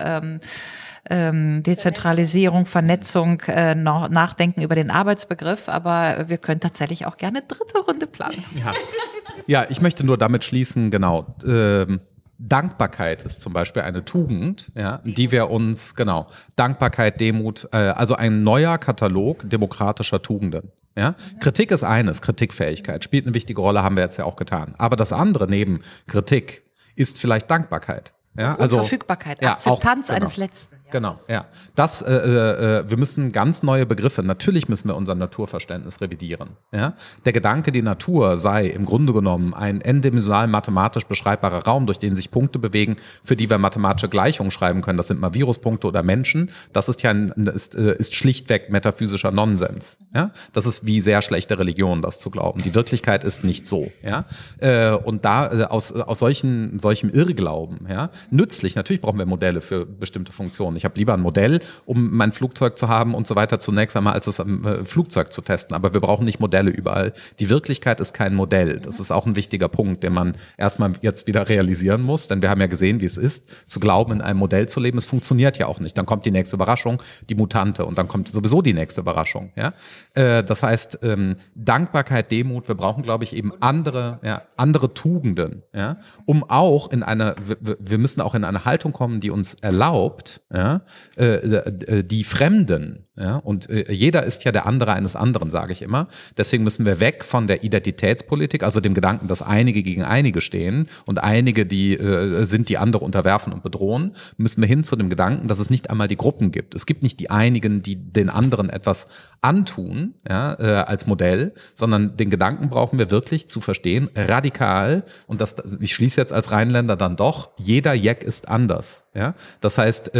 Dezentralisierung, Vernetzung, Nachdenken über den Arbeitsbegriff, aber wir können tatsächlich auch gerne dritte Runde planen. Ja, ich möchte nur damit schließen, genau, Dankbarkeit ist zum Beispiel eine Tugend, ja, die wir uns, genau, Dankbarkeit, Demut, also ein neuer Katalog demokratischer Tugenden. Ja? Kritik ist eines, Kritikfähigkeit, spielt eine wichtige Rolle, haben wir jetzt ja auch getan. Aber das andere neben Kritik ist vielleicht Dankbarkeit. Ja, und Verfügbarkeit, Akzeptanz eines Letzten. Genau, ja. Wir müssen ganz neue Begriffe, natürlich müssen wir unser Naturverständnis revidieren. Ja? Der Gedanke, die Natur sei im Grunde genommen ein n-dimensional mathematisch beschreibbarer Raum, durch den sich Punkte bewegen, für die wir mathematische Gleichungen schreiben können, das sind mal Viruspunkte oder Menschen, das ist ist schlichtweg metaphysischer Nonsens. Ja? Das ist wie sehr schlechte Religion, das zu glauben. Die Wirklichkeit ist nicht so. Ja? Und da aus solchem Irrglauben, ja, nützlich, natürlich brauchen wir Modelle für bestimmte Funktionen. Ich habe lieber ein Modell, um mein Flugzeug zu haben und so weiter zunächst einmal, als es am Flugzeug zu testen. Aber wir brauchen nicht Modelle überall. Die Wirklichkeit ist kein Modell. Das ist auch ein wichtiger Punkt, den man erstmal jetzt wieder realisieren muss. Denn wir haben ja gesehen, wie es ist, zu glauben, in einem Modell zu leben. Es funktioniert ja auch nicht. Dann kommt die nächste Überraschung, die Mutante. Und dann kommt sowieso die nächste Überraschung. Ja? Das heißt, Dankbarkeit, Demut, wir brauchen, glaube ich, eben andere Tugenden. Ja? Wir müssen auch in eine Haltung kommen, die uns erlaubt, ja, die Fremden, ja, und jeder ist ja der andere eines anderen, sage ich immer. Deswegen müssen wir weg von der Identitätspolitik, also dem Gedanken, dass einige gegen einige stehen und einige, die andere unterwerfen und bedrohen, müssen wir hin zu dem Gedanken, dass es nicht einmal die Gruppen gibt. Es gibt nicht die einigen, die den anderen etwas antun, ja, als Modell, sondern den Gedanken brauchen wir wirklich zu verstehen, radikal, und ich schließe jetzt als Rheinländer dann doch, jeder Jack ist anders. Ja? Das heißt,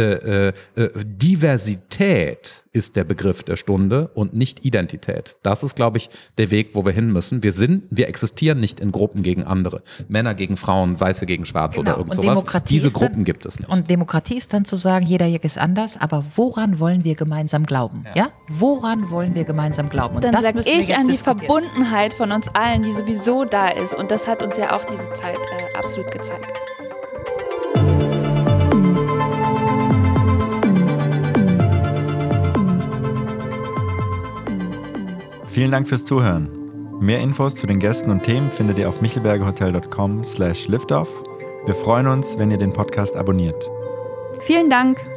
Diversität ist der Begriff der Stunde und nicht Identität. Das ist, glaube ich, der Weg, wo wir hin müssen. Wir existieren nicht in Gruppen gegen andere. Männer gegen Frauen, Weiße gegen Schwarze oder irgend sowas. Diese Gruppen gibt es nicht. Und Demokratie ist dann zu sagen, jeder Jack ist anders, aber woran wollen wir gemeinsam glauben? Ja? Woran wollen wir gemeinsam glauben? Und dann sage ich an die Verbundenheit von uns allen, die sowieso da ist. Und das hat uns ja auch diese Zeit absolut gezeigt. Vielen Dank fürs Zuhören. Mehr Infos zu den Gästen und Themen findet ihr auf michelbergerhotel.com/liftoff. Wir freuen uns, wenn ihr den Podcast abonniert. Vielen Dank.